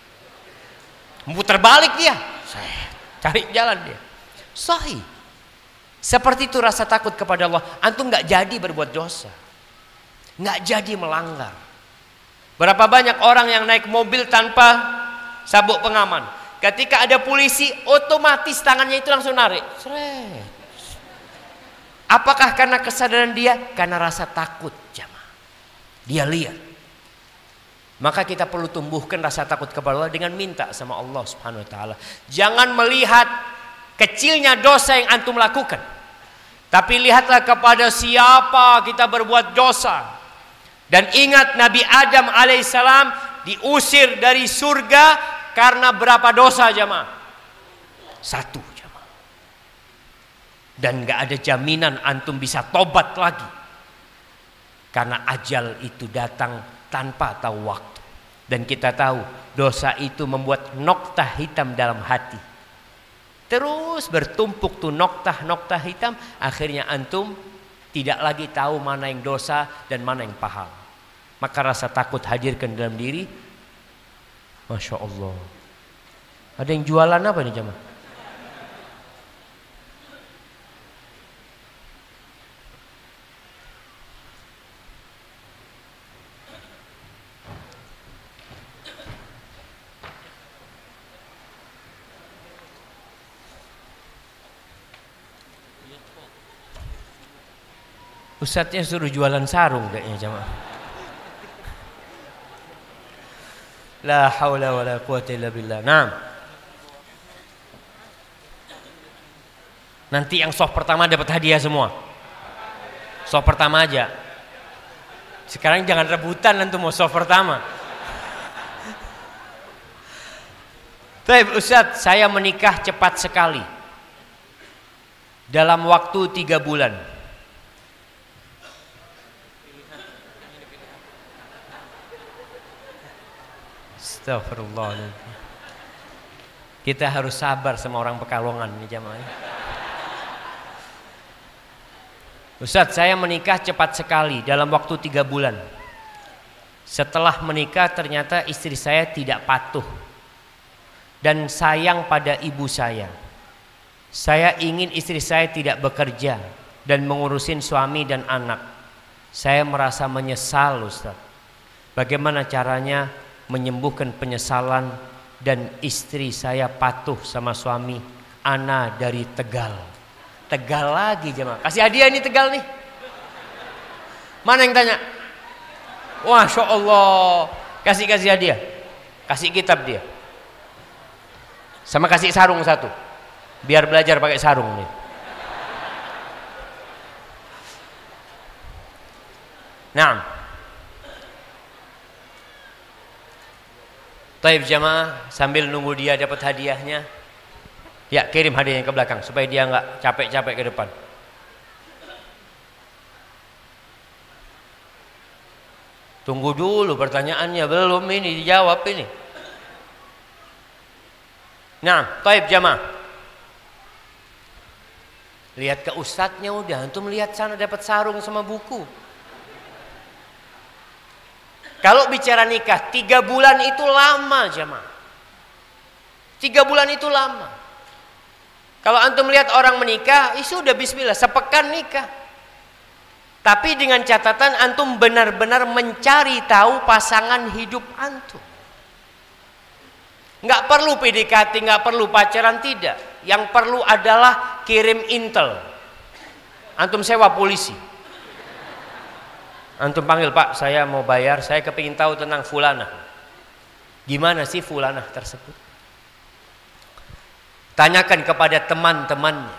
Muter balik dia, cari jalan dia. Sahih. Seperti itu rasa takut kepada Allah. Antum nggak jadi berbuat dosa, nggak jadi melanggar. Berapa banyak orang yang naik mobil tanpa sabuk pengaman? Ketika ada polisi, otomatis tangannya itu langsung narik. Seret. Apakah karena kesadaran dia? Karena rasa takut, jamaah. Dia lihat. Maka kita perlu tumbuhkan rasa takut kepada Allah dengan minta sama Allah Subhanahu wa taala. Jangan melihat kecilnya dosa yang antum lakukan, tapi lihatlah kepada siapa kita berbuat dosa. Dan ingat, Nabi Adam alaihissalam diusir dari surga karena berapa dosa jamaah? 1 jamaah. Dan gak ada jaminan antum bisa tobat lagi, karena ajal itu datang tanpa tahu waktu. Dan kita tahu dosa itu membuat noktah hitam dalam hati. Terus bertumpuk tuh noktah hitam. Akhirnya antum tidak lagi tahu mana yang dosa dan mana yang pahala. Maka rasa takut hadirkan dalam diri. Masya Allah. Ada yang jualan apa nih jamaah? Ustadznya suruh jualan sarung kayaknya jamaah. La haula wala quwata illa billah. Nah, nanti yang soft pertama dapat hadiah semua. Soft pertama aja. Sekarang jangan rebutan nanti mau soft pertama. Baik Ustadz, saya menikah cepat sekali. Dalam waktu 3 bulan. Astagfirullahaladzim. Kita harus sabar sama orang Pekalongan nih jamaah. Ustadz, saya menikah cepat sekali dalam waktu 3 bulan. Setelah menikah ternyata istri saya tidak patuh dan sayang pada ibu saya. Saya ingin istri saya tidak bekerja dan mengurusin suami dan anak. Saya merasa menyesal Ustadz. Bagaimana caranya menyembuhkan penyesalan dan istri saya patuh sama suami? Ana dari Tegal. Tegal lagi jemaah. Kasih hadiah ini Tegal nih. Mana yang tanya? Masya Allah. Kasih hadiah. Kasih kitab dia. Sama kasih sarung 1. Biar belajar pakai sarung nih. Nah. Taib jamaah, sambil nunggu dia dapat hadiahnya, ya kirim hadiahnya ke belakang supaya dia nggak capek-capek ke depan. Tunggu dulu pertanyaannya, belum ini dijawab ini. Nah, taib jamaah, lihat ke ustadznya udah, antum lihat sana dapat sarung sama buku. Kalau bicara nikah, 3 bulan itu lama jemaah. 3 bulan itu lama. Kalau antum melihat orang menikah, sudah bismillah, sepekan nikah. Tapi dengan catatan antum benar-benar mencari tahu pasangan hidup antum. Nggak perlu PDKT, nggak perlu pacaran, tidak. Yang perlu adalah kirim intel. Antum sewa polisi. Antum panggil, Pak, saya mau bayar, saya kepingin tahu tentang fulanah. Gimana sih fulanah tersebut? Tanyakan kepada teman-temannya.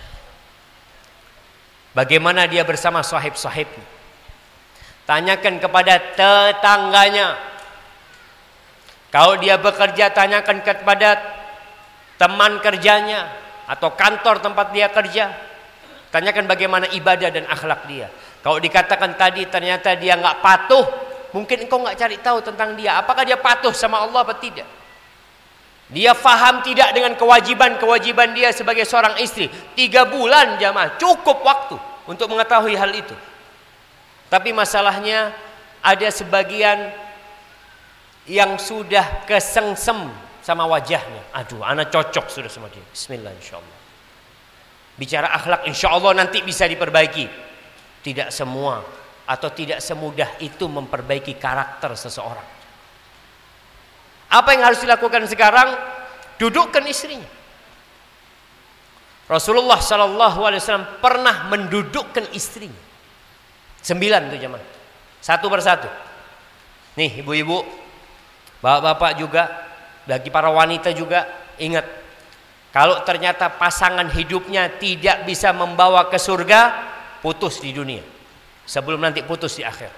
Bagaimana dia bersama sahib-sahibnya. Tanyakan kepada tetangganya. Kalau dia bekerja, tanyakan kepada teman kerjanya atau kantor tempat dia kerja. Tanyakan bagaimana ibadah dan akhlak dia. Kalau dikatakan tadi ternyata dia nggak patuh, mungkin engkau nggak cari tahu tentang dia. Apakah dia patuh sama Allah atau tidak? Dia faham tidak dengan kewajiban dia sebagai seorang istri. 3 bulan jamaah, cukup waktu untuk mengetahui hal itu. Tapi masalahnya ada sebagian yang sudah kesengsem sama wajahnya. Aduh, anak cocok sudah sama dia. Bismillah insyaallah. Bicara akhlak insyaallah nanti bisa diperbaiki. Tidak semua atau tidak semudah itu memperbaiki karakter seseorang. Apa yang harus dilakukan sekarang? Dudukkan istrinya. Rasulullah SAW pernah mendudukkan istrinya. 9 tuh jemaah. Satu persatu. Nih ibu-ibu, bapak-bapak juga, bagi para wanita juga, ingat. Kalau ternyata pasangan hidupnya tidak bisa membawa ke surga, putus di dunia sebelum nanti putus di akhir.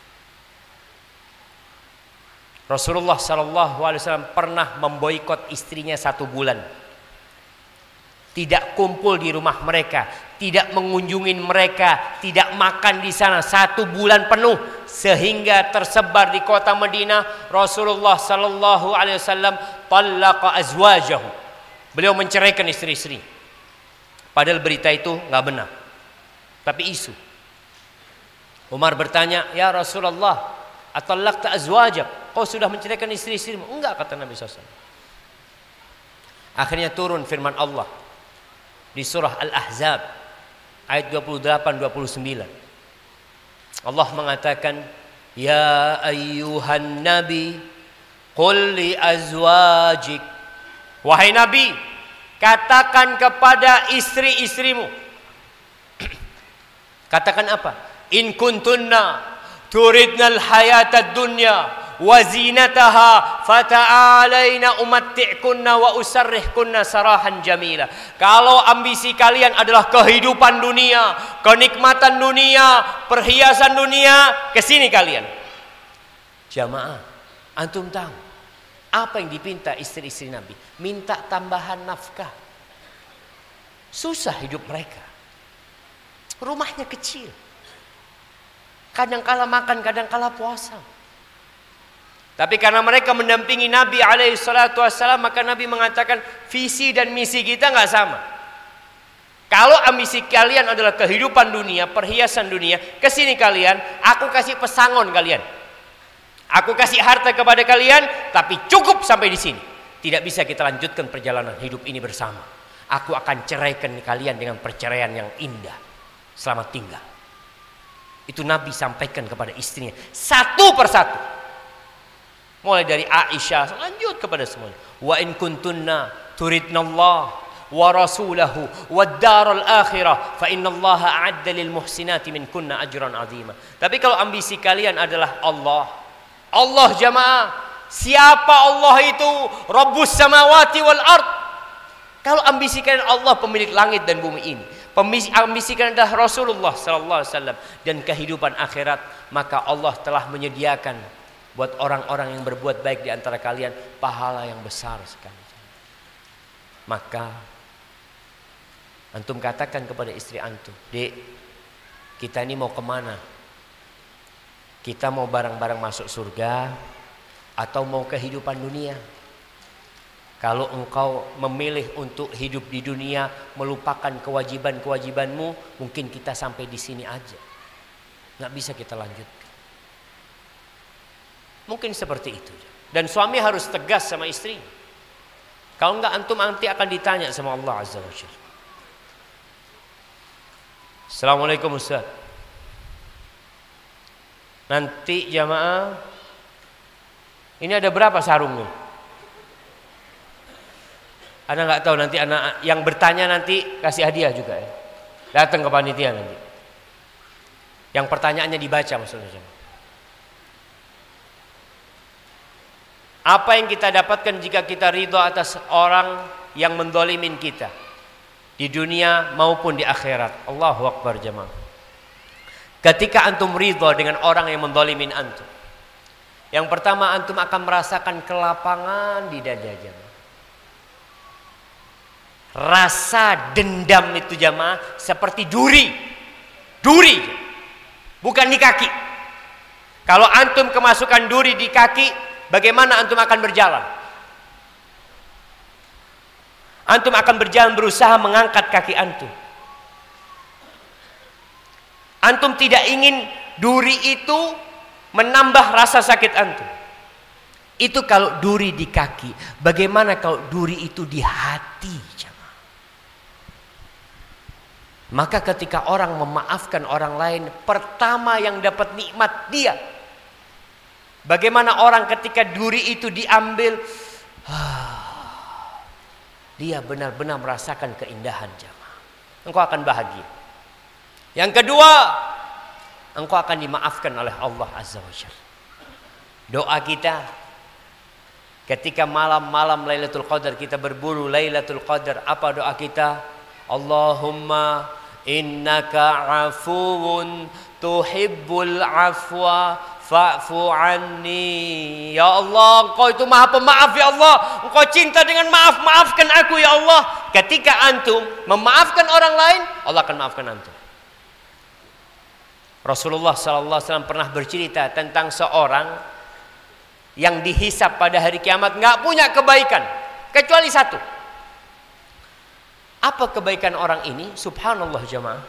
Rasulullah SAW pernah memboikot istrinya 1 bulan. Tidak kumpul di rumah mereka, tidak mengunjungi mereka, tidak makan di sana 1 bulan penuh, sehingga tersebar di kota Madinah. Rasulullah SAW talaqa azwajahu. Beliau menceraikan istri-istri. Padahal berita itu nggak benar. Tapi isu. Umar bertanya, ya Rasulullah, atallaqta azwajak? Kau sudah menceraikan istri-istrimu? Enggak, kata Nabi SAW. Akhirnya turun firman Allah di surah Al-Ahzab ayat 28-29. Allah mengatakan, ya ayyuhan nabi qul li azwajik. Wahai Nabi, katakan kepada istri-istrimu. Katakan apa? In kuntunna turidnal hayatad dunya wa zinataha fata'alaina umatti'kunna wa usarrihkunna sarahan jamila. Kalau ambisi kalian adalah kehidupan dunia, kenikmatan dunia, perhiasan dunia, kesini kalian. Jamaah, antum tahu apa yang dipinta istri-istri Nabi? Minta tambahan nafkah. Susah hidup mereka. Rumahnya kecil. Kadang kala makan, kadang kala puasa. Tapi karena mereka mendampingi Nabi SAW, maka Nabi mengatakan visi dan misi kita nggak sama. Kalau ambisi kalian adalah kehidupan dunia, perhiasan dunia, kesini kalian, aku kasih pesangon kalian. Aku kasih harta kepada kalian, tapi cukup sampai di sini. Tidak bisa kita lanjutkan perjalanan hidup ini bersama. Aku akan ceraikan kalian dengan perceraian yang indah. Selamat tinggal. Itu Nabi sampaikan kepada istrinya satu persatu. Mulai dari Aisyah lanjut kepada semuanya. Wa in kuntunna turidnallah wa rasulahu wad daral akhirah fa innallaha a'adda lil muhsinati minkunna ajran 'azima. Tapi kalau ambisi kalian adalah Allah jamaah, siapa Allah itu? Rabbus samawati wal ard. Kalau ambisi kalian Allah pemilik langit dan bumi ini, ambisi kalian adalah Rasulullah sallallahu alaihi wasallam dan kehidupan akhirat, maka Allah telah menyediakan buat orang-orang yang berbuat baik di antara kalian pahala yang besar sekali. Maka antum katakan kepada istri antum, "Dek, kita ini mau kemana? Kita mau bareng-bareng masuk surga atau mau kehidupan dunia?" Kalau engkau memilih untuk hidup di dunia, melupakan kewajiban-kewajibanmu, mungkin kita sampai di sini aja. Nggak bisa kita lanjutkan. Mungkin seperti itu. Dan suami harus tegas sama istrinya. Kalau enggak antum nanti akan ditanya sama Allah Azza wa Jalla. Assalamualaikum Ustaz. Nanti jamaah, ini ada berapa sarung nih? Anda nggak tahu, nanti anak yang bertanya nanti kasih hadiah juga ya. Datang ke panitia nanti. Yang pertanyaannya dibaca maksudnya. Apa yang kita dapatkan jika kita ridho atas orang yang mendolimin kita di dunia maupun di akhirat? Allahu Akbar jamaah. Ketika antum ridho dengan orang yang mendolimin antum, yang pertama antum akan merasakan kelapangan di dada jamaah. Rasa dendam itu jamaah seperti duri, bukan di kaki. Kalau antum kemasukan duri di kaki, bagaimana antum akan berjalan? Antum akan berjalan berusaha mengangkat kaki antum. Antum tidak ingin duri itu menambah rasa sakit antum. Itu kalau duri di kaki. Bagaimana kalau duri itu di hati? Maka ketika orang memaafkan orang lain, pertama yang dapat nikmat dia. Bagaimana orang ketika duri itu diambil, dia benar-benar merasakan keindahan jamaah. Engkau akan bahagia. Yang kedua, engkau akan dimaafkan oleh Allah Azza wa Jalla. Doa kita ketika malam-malam Lailatul Qadar, kita berburu Lailatul Qadar, apa doa kita? Allahumma innaka afuwun tuhibbul afwa fa'fu anni. Ya Allah, Engkau itu Maha Pemaaf ya Allah. Engkau cinta dengan maaf, maafkan aku ya Allah. Ketika antum memaafkan orang lain, Allah akan maafkan antum. Rasulullah SAW pernah bercerita tentang seorang yang dihisab pada hari kiamat nggak punya kebaikan kecuali satu. Apa kebaikan orang ini? Subhanallah jamaah.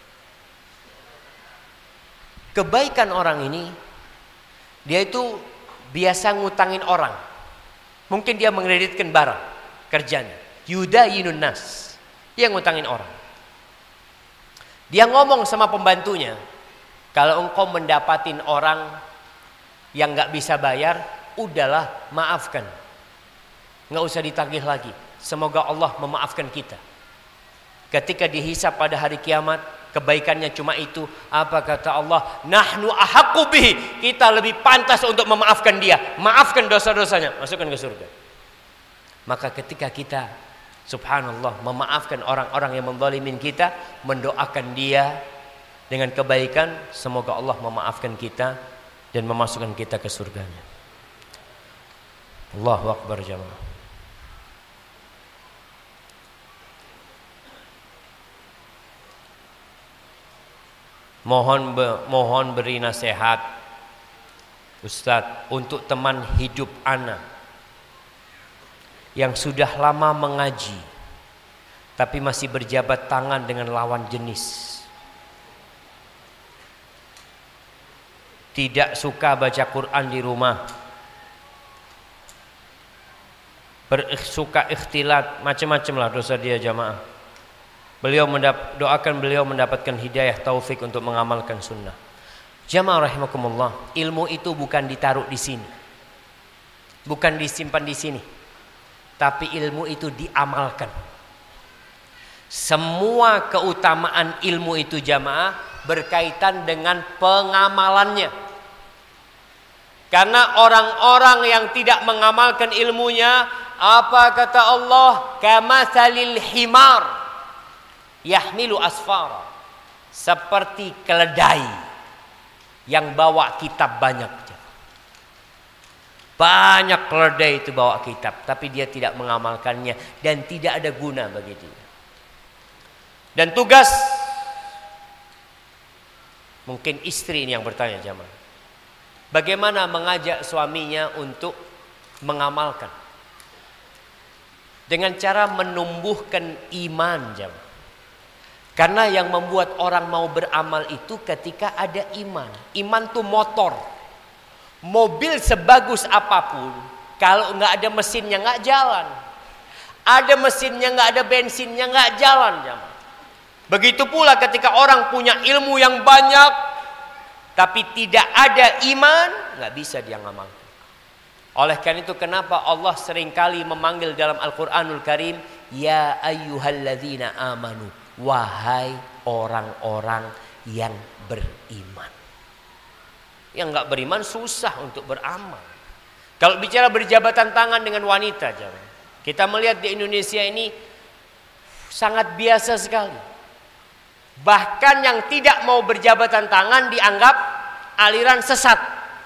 Kebaikan orang ini, dia itu biasa ngutangin orang. Mungkin dia mengkreditkan barang kerjanya. Yudayinun nas. Dia ngutangin orang. Dia ngomong sama pembantunya, kalau engkau mendapatin orang yang gak bisa bayar, udahlah maafkan. Gak usah ditagih lagi. Semoga Allah memaafkan kita. Ketika dihisab pada hari kiamat, kebaikannya cuma itu. Apa kata Allah? Nahnu ahaqqu bihi. Kita lebih pantas untuk memaafkan dia. Maafkan dosa-dosanya, masukkan ke surga. Maka ketika kita, subhanallah, memaafkan orang-orang yang menzalimin kita, mendoakan dia dengan kebaikan, semoga Allah memaafkan kita dan memasukkan kita ke surganya. Allahu Akbar jamaah. Mohon beri nasihat Ustadz untuk teman hidup ana yang sudah lama mengaji tapi masih berjabat tangan dengan lawan jenis. Tidak suka baca Quran di rumah, suka ikhtilat, macam-macam lah dosa dia jamaah. Doakan beliau mendapatkan hidayah taufik untuk mengamalkan sunnah. Jamaah rahimakumullah, ilmu itu bukan ditaruh di sini, bukan disimpan di sini, tapi ilmu itu diamalkan. Semua keutamaan ilmu itu jamaah berkaitan dengan pengamalannya. Karena orang-orang yang tidak mengamalkan ilmunya, apa kata Allah? Kamatsalil himar yahmilu asfara, seperti keledai yang bawa kitab banyak. Banyak keledai itu bawa kitab, tapi dia tidak mengamalkannya dan tidak ada guna bagi dia. Dan tugas, mungkin istri ini yang bertanya jamaah, bagaimana mengajak suaminya untuk mengamalkan dengan cara menumbuhkan iman jamaah. Karena yang membuat orang mau beramal itu ketika ada iman. Iman itu motor. Mobil sebagus apapun, kalau nggak ada mesinnya nggak jalan. Ada mesinnya nggak ada bensinnya nggak jalan, jamaah. Begitu pula ketika orang punya ilmu yang banyak, tapi tidak ada iman, nggak bisa dia ngamalkan. Oleh karena itu kenapa Allah seringkali memanggil dalam Al-Quranul Karim, ya ayyuhalladzina amanu, wahai orang-orang yang beriman. Yang nggak beriman susah untuk beramal. Kalau bicara berjabatan tangan dengan wanita, kita melihat di Indonesia ini sangat biasa sekali. Bahkan yang tidak mau berjabatan tangan dianggap aliran sesat.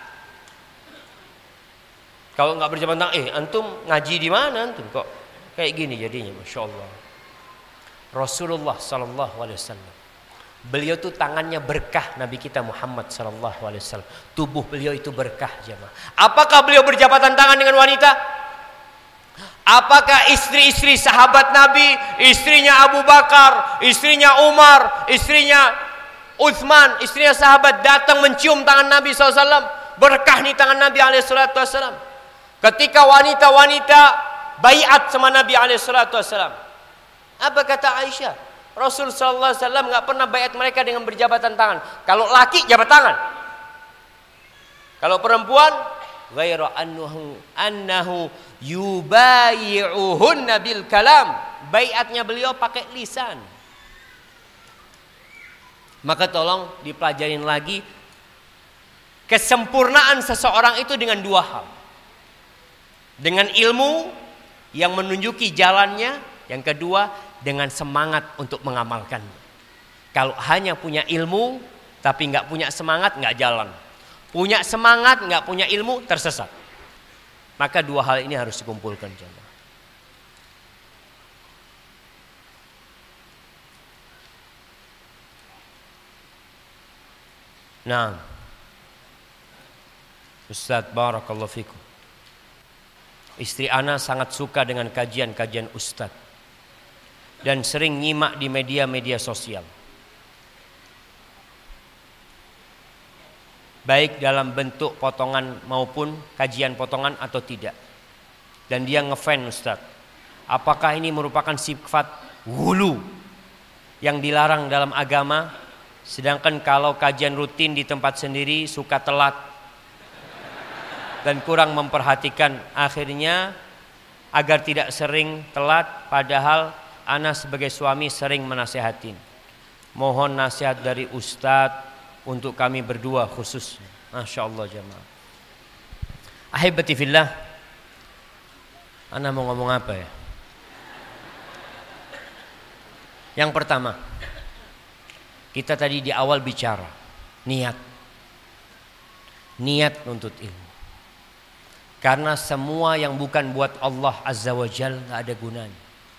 Kalau nggak berjabatan tangan, antum ngaji di mana antum kok kayak gini jadinya, masya Allah. Rasulullah Sallallahu Alaihi Wasallam, beliau tuh tangannya berkah. Nabi kita Muhammad Sallallahu Alaihi Wasallam, tubuh beliau itu berkah, jemaah. Apakah beliau berjabatan tangan dengan wanita? Apakah istri-istri sahabat Nabi, istrinya Abu Bakar, istrinya Umar, istrinya Utsman, istrinya sahabat datang mencium tangan Nabi SAW? Berkah nih tangan Nabi SAW. Ketika wanita-wanita baiat sama Nabi SAW, apa kata Aisyah? Rasul SAW nggak pernah baiat mereka dengan berjabatan tangan. Kalau laki jabat tangan, kalau perempuan ghairu annahu yubayi'uhunna bil kalam. Baiatnya beliau pakai lisan. Maka tolong dipelajarin lagi, kesempurnaan seseorang itu dengan dua hal. Dengan ilmu yang menunjuki jalannya, yang kedua dengan semangat untuk mengamalkannya. Kalau hanya punya ilmu tapi nggak punya semangat, nggak jalan. Punya semangat nggak punya ilmu, tersesat. Maka dua hal ini harus dikumpulkan, jemaah. Nah, Ustaz barakallahu fikum, istri ana sangat suka dengan kajian-kajian Ustaz dan sering nyimak di media-media sosial, baik dalam bentuk potongan maupun kajian potongan atau tidak. Dan dia ngefan, Ustaz. Apakah ini merupakan sifat ghulu yang dilarang dalam agama? Sedangkan kalau kajian rutin di tempat sendiri suka telat dan kurang memperhatikan. Akhirnya agar tidak sering telat, padahal ana sebagai suami sering menasehatin. Mohon nasihat dari Ustadz untuk kami berdua khusus. Masya Allah, jemaah. Ahibati fillah, ana mau ngomong apa ya? Yang pertama, kita tadi di awal bicara niat untuk ilmu. Karena semua yang bukan buat Allah Azza wa Jal gak ada gunanya.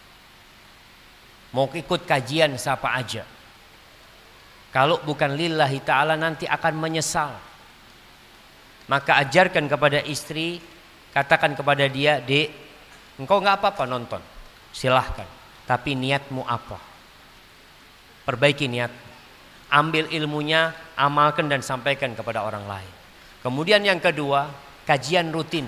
Mau ikut kajian siapa aja, kalau bukan lillahi ta'ala nanti akan menyesal. Maka ajarkan kepada istri, katakan kepada dia, Dek, engkau gak apa-apa nonton, silahkan, tapi niatmu apa? Perbaiki niat, ambil ilmunya, amalkan dan sampaikan kepada orang lain. Kemudian yang kedua, kajian rutin.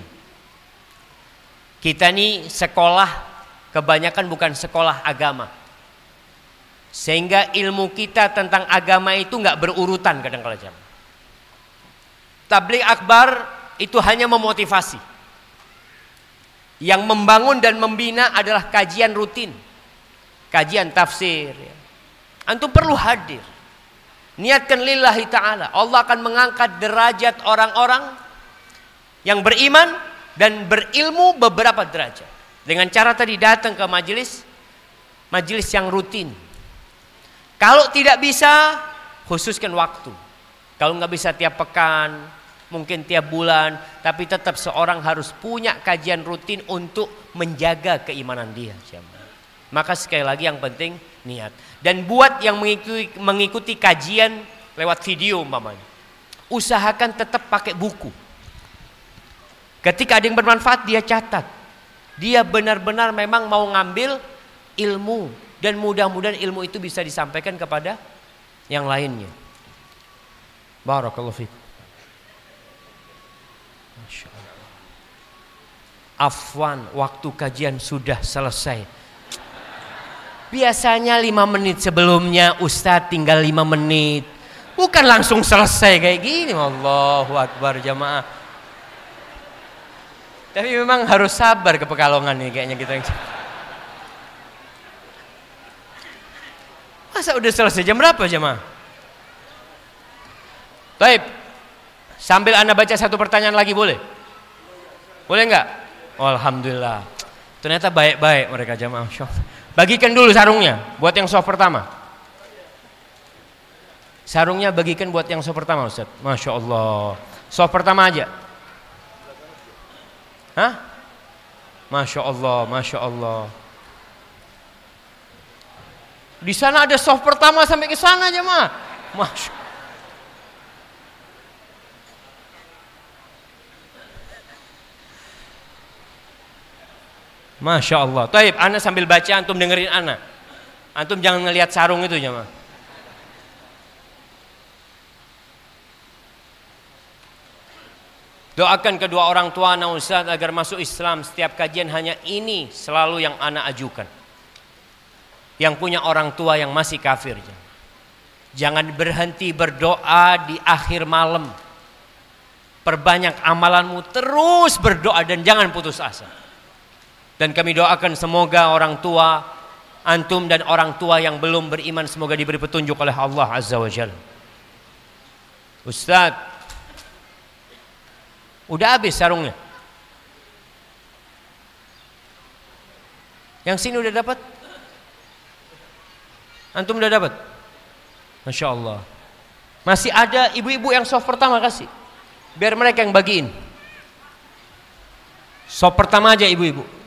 Kita nih sekolah kebanyakan bukan sekolah agama, sehingga ilmu kita tentang agama itu nggak berurutan kadang-kadang. Tabligh akbar itu hanya memotivasi. Yang membangun dan membina adalah kajian rutin, kajian tafsir. Antum perlu hadir. Niatkan lillahi ta'ala. Allah akan mengangkat derajat orang-orang yang beriman dan berilmu beberapa derajat. Dengan cara tadi datang ke majelis yang rutin. Kalau tidak bisa, khususkan waktu. Kalau nggak bisa tiap pekan, mungkin tiap bulan, tapi tetap seorang harus punya kajian rutin untuk menjaga keimanan dia. Maka sekali lagi yang penting niat. Dan buat yang mengikuti kajian lewat video umpamanya, usahakan tetap pakai buku. Ketika ada yang bermanfaat dia catat. Dia benar-benar memang mau ngambil ilmu, dan mudah-mudahan ilmu itu bisa disampaikan kepada yang lainnya. Barakallahu fikum. Masya Allah. Afwan, waktu kajian sudah selesai. Biasanya 5 menit sebelumnya Ustadz tinggal 5 menit. Bukan langsung selesai kayak gini. Allahu Akbar jamaah. Tapi memang harus sabar ke Pekalongan nih kayaknya kita. Masa udah selesai jam berapa jamaah? Baik. Sambil Anda baca satu pertanyaan lagi boleh? Boleh enggak? Oh, alhamdulillah. Ternyata baik-baik mereka jamaah. Bagikan dulu sarungnya buat yang soft pertama. Sarungnya bagikan buat yang soft pertama Ustaz. Masya Allah. Soft pertama aja. Hah? Masya Allah, Masya Allah. Di sana ada soft pertama sampai ke sana jamaah. Masya Allah. Masya Allah. Taib, Ana sambil baca, antum dengerin Ana. Antum jangan ngelihat sarung itu jemaah. Doakan kedua orang tua Ana Ustaz agar masuk Islam. Setiap kajian hanya ini selalu yang Ana ajukan. Yang punya orang tua yang masih kafir. Jangan berhenti berdoa di akhir malam. Perbanyak amalanmu, terus berdoa dan jangan putus asa. Dan kami doakan semoga orang tua antum dan orang tua yang belum beriman semoga diberi petunjuk oleh Allah Azza wa Jalla. Ustaz, udah habis sarungnya? Yang sini udah dapat? Antum udah dapat? Masya Allah. Masih ada ibu-ibu yang soft pertama kasih. Biar mereka yang bagiin. Soft pertama aja ibu-ibu.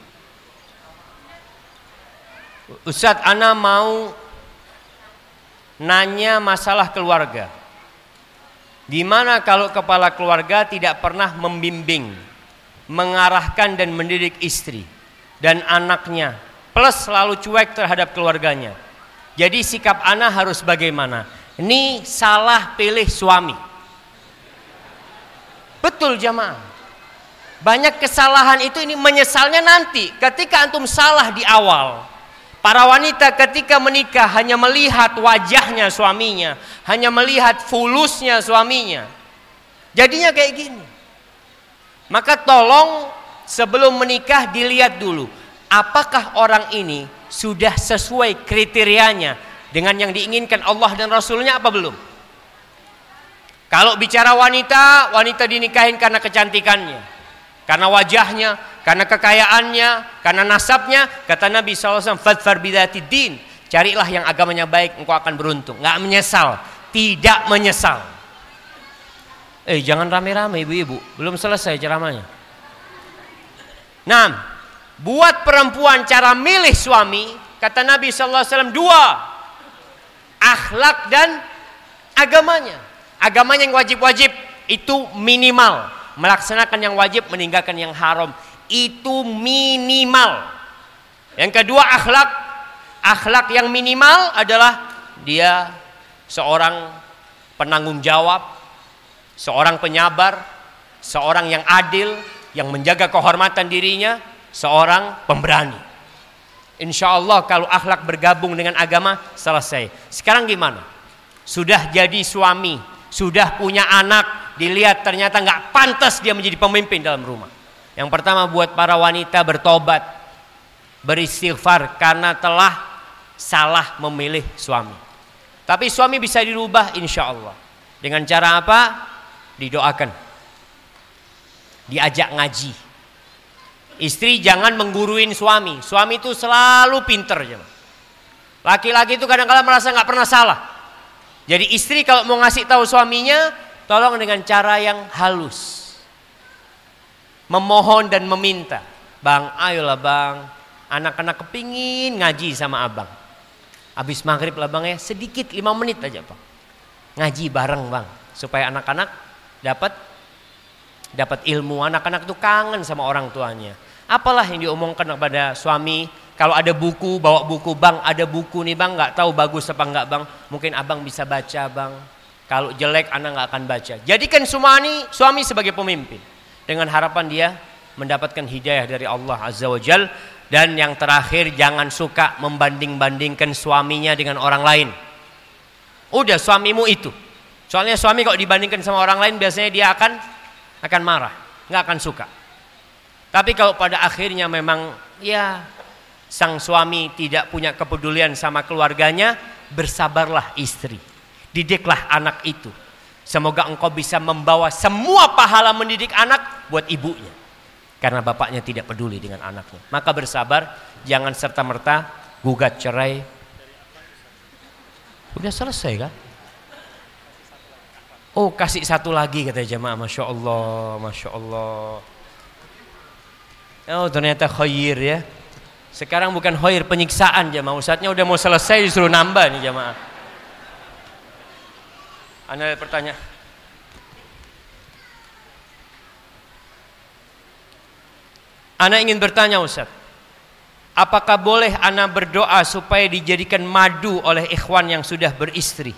Ustadz, Ana mau nanya masalah keluarga. Gimana kalau kepala keluarga tidak pernah membimbing, mengarahkan dan mendidik istri dan anaknya, plus selalu cuek terhadap keluarganya. Jadi sikap Ana harus bagaimana? Ini salah pilih suami. Betul jamaah. Banyak kesalahan itu ini menyesalnya nanti ketika antum salah di awal. Para wanita ketika menikah hanya melihat wajahnya suaminya, hanya melihat fulusnya suaminya. Jadinya kayak gini. Maka tolong sebelum menikah dilihat dulu, apakah orang ini sudah sesuai kriterianya dengan yang diinginkan Allah dan Rasulnya apa belum? Kalau bicara wanita, wanita dinikahin karena kecantikannya, karena wajahnya, karena kekayaannya, karena nasabnya. Kata Nabi SAW, fadfar bidzati din, carilah yang agamanya baik, engkau akan beruntung. Nggak menyesal, tidak menyesal. Jangan rame-rame ibu-ibu, belum selesai ceramahnya. Nah, buat perempuan cara milih suami, kata Nabi SAW 2, akhlak dan agamanya. Agamanya yang wajib-wajib itu minimal, melaksanakan yang wajib, meninggalkan yang haram. Itu minimal. Yang kedua akhlak. Akhlak yang minimal adalah dia seorang penanggung jawab, seorang penyabar, seorang yang adil, yang menjaga kehormatan dirinya, seorang pemberani. Insya Allah kalau akhlak bergabung dengan agama selesai. Sekarang gimana? Sudah jadi suami, sudah punya anak, dilihat ternyata nggak pantas dia menjadi pemimpin dalam rumah. Yang pertama buat para wanita bertobat, beristighfar karena telah salah memilih suami. Tapi suami bisa dirubah insya Allah. Dengan cara apa? Didoakan, diajak ngaji. Istri jangan mengguruin suami. Suami itu selalu pinter. Laki-laki itu kadang-kadang merasa nggak pernah salah. Jadi istri kalau mau ngasih tahu suaminya, tolong dengan cara yang halus. Memohon dan meminta. Bang, ayolah bang, anak-anak kepingin ngaji sama abang. Habis maghrib lah bang ya, sedikit 5 menit aja bang. Ngaji bareng bang, supaya anak-anak dapat ilmu. Anak-anak itu kangen sama orang tuanya. Apalah yang diomongkan kepada suami. Kalau ada buku, bawa buku. Bang, ada buku nih bang, gak tahu bagus apa enggak bang. Mungkin abang bisa baca bang. Kalau jelek anak gak akan baca. Jadikan suami sebagai pemimpin. dengan harapan dia mendapatkan hidayah dari Allah Azza wa Jal. Dan yang terakhir, jangan suka membanding-bandingkan suaminya dengan orang lain. Udah, suamimu itu. Soalnya suami kalau dibandingkan sama orang lain biasanya dia akan marah, nggak akan suka. Tapi kalau pada akhirnya memang ya sang suami tidak punya kepedulian sama keluarganya, bersabarlah istri, didiklah anak itu. Semoga engkau bisa membawa semua pahala mendidik anak buat ibunya, karena bapaknya tidak peduli dengan anaknya. Maka bersabar, jangan serta-merta gugat cerai. Udah selesai kan? Oh, kasih satu lagi kata jemaah. Masya Allah, Masya Allah. Oh, ternyata khair ya. Sekarang bukan khair, penyiksaan jemaah. Ustadznya udah mau selesai disuruh nambah nih jemaah. Ana bertanya. Ana ingin bertanya Ustadz, apakah boleh ana berdoa supaya dijadikan madu oleh ikhwan yang sudah beristri?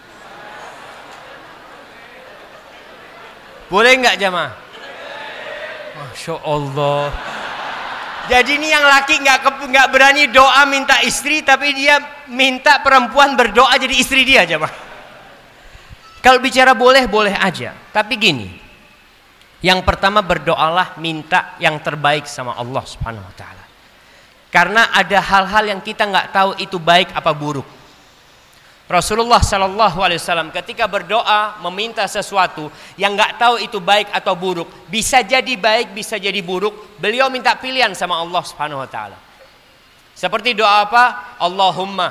Boleh nggak jamaah? Masya Allah. Jadi ini yang laki nggak berani doa minta istri, tapi dia minta perempuan berdoa jadi istri dia jamaah. Kalau bicara boleh aja, tapi gini. Yang pertama, berdoalah minta yang terbaik sama Allah Subhanahu wa taala. Karena ada hal-hal yang kita nggak tahu itu baik apa buruk. Rasulullah sallallahu alaihi wasallam ketika berdoa meminta sesuatu yang nggak tahu itu baik atau buruk, bisa jadi baik, bisa jadi buruk, beliau minta pilihan sama Allah Subhanahu wa taala. Seperti doa apa? Allahumma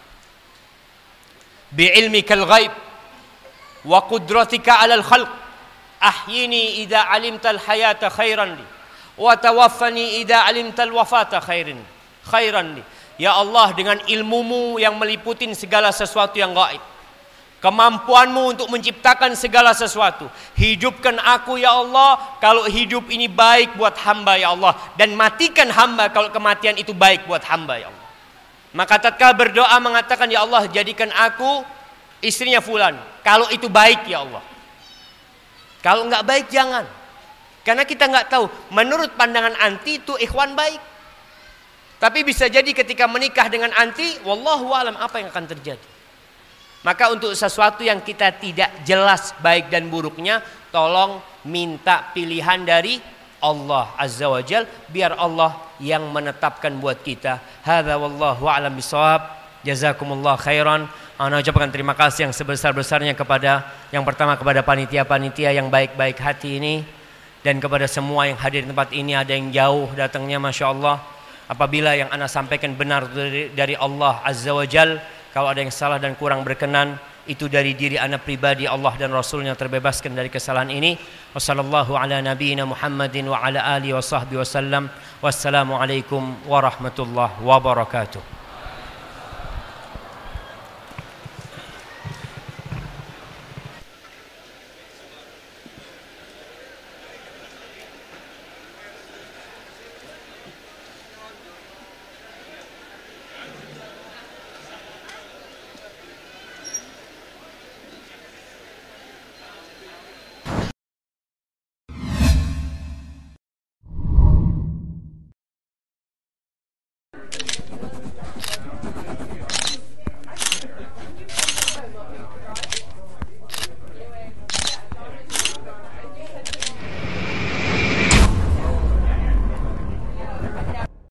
bi'ilmikal ghaib wa qudratika 'alal khalq ahyini idza 'alimtal hayata khairan li wa tawaffani idza 'alimtal wafata khairan li. Ya Allah, dengan ilmumu yang meliputin segala sesuatu yang gaib, kemampuanmu untuk menciptakan segala sesuatu, hidupkan aku ya Allah kalau hidup ini baik buat hamba ya Allah, dan matikan hamba kalau kematian itu baik buat hamba ya Allah. Maka tatkala berdoa mengatakan ya Allah jadikan aku istrinya fulan kalau itu baik ya Allah. Kalau enggak baik jangan. Karena kita enggak tahu, menurut pandangan anti itu ikhwan baik. Tapi bisa jadi ketika menikah dengan anti, wallahu alam apa yang akan terjadi. Maka untuk sesuatu yang kita tidak jelas baik dan buruknya, tolong minta pilihan dari Allah Azza wa Jal, biar Allah yang menetapkan buat kita. Hadza wallahu alam bisawab. Jazakumullah khairan. Ana ucapkan terima kasih yang sebesar-besarnya kepada yang pertama kepada panitia-panitia yang baik-baik hati ini, dan kepada semua yang hadir di tempat ini. Ada yang jauh datangnya, Masya Allah. Apabila yang ana sampaikan benar dari Allah Azza wa Jal, kalau ada yang salah dan kurang berkenan, itu dari diri ana pribadi. Allah dan Rasulnya terbebaskan dari kesalahan ini. Wassallallahu ala nabiyyina Muhammadin wa ala alihi wa sahbihi wasallam. Wassalamualaikum warahmatullahi wabarakatuh.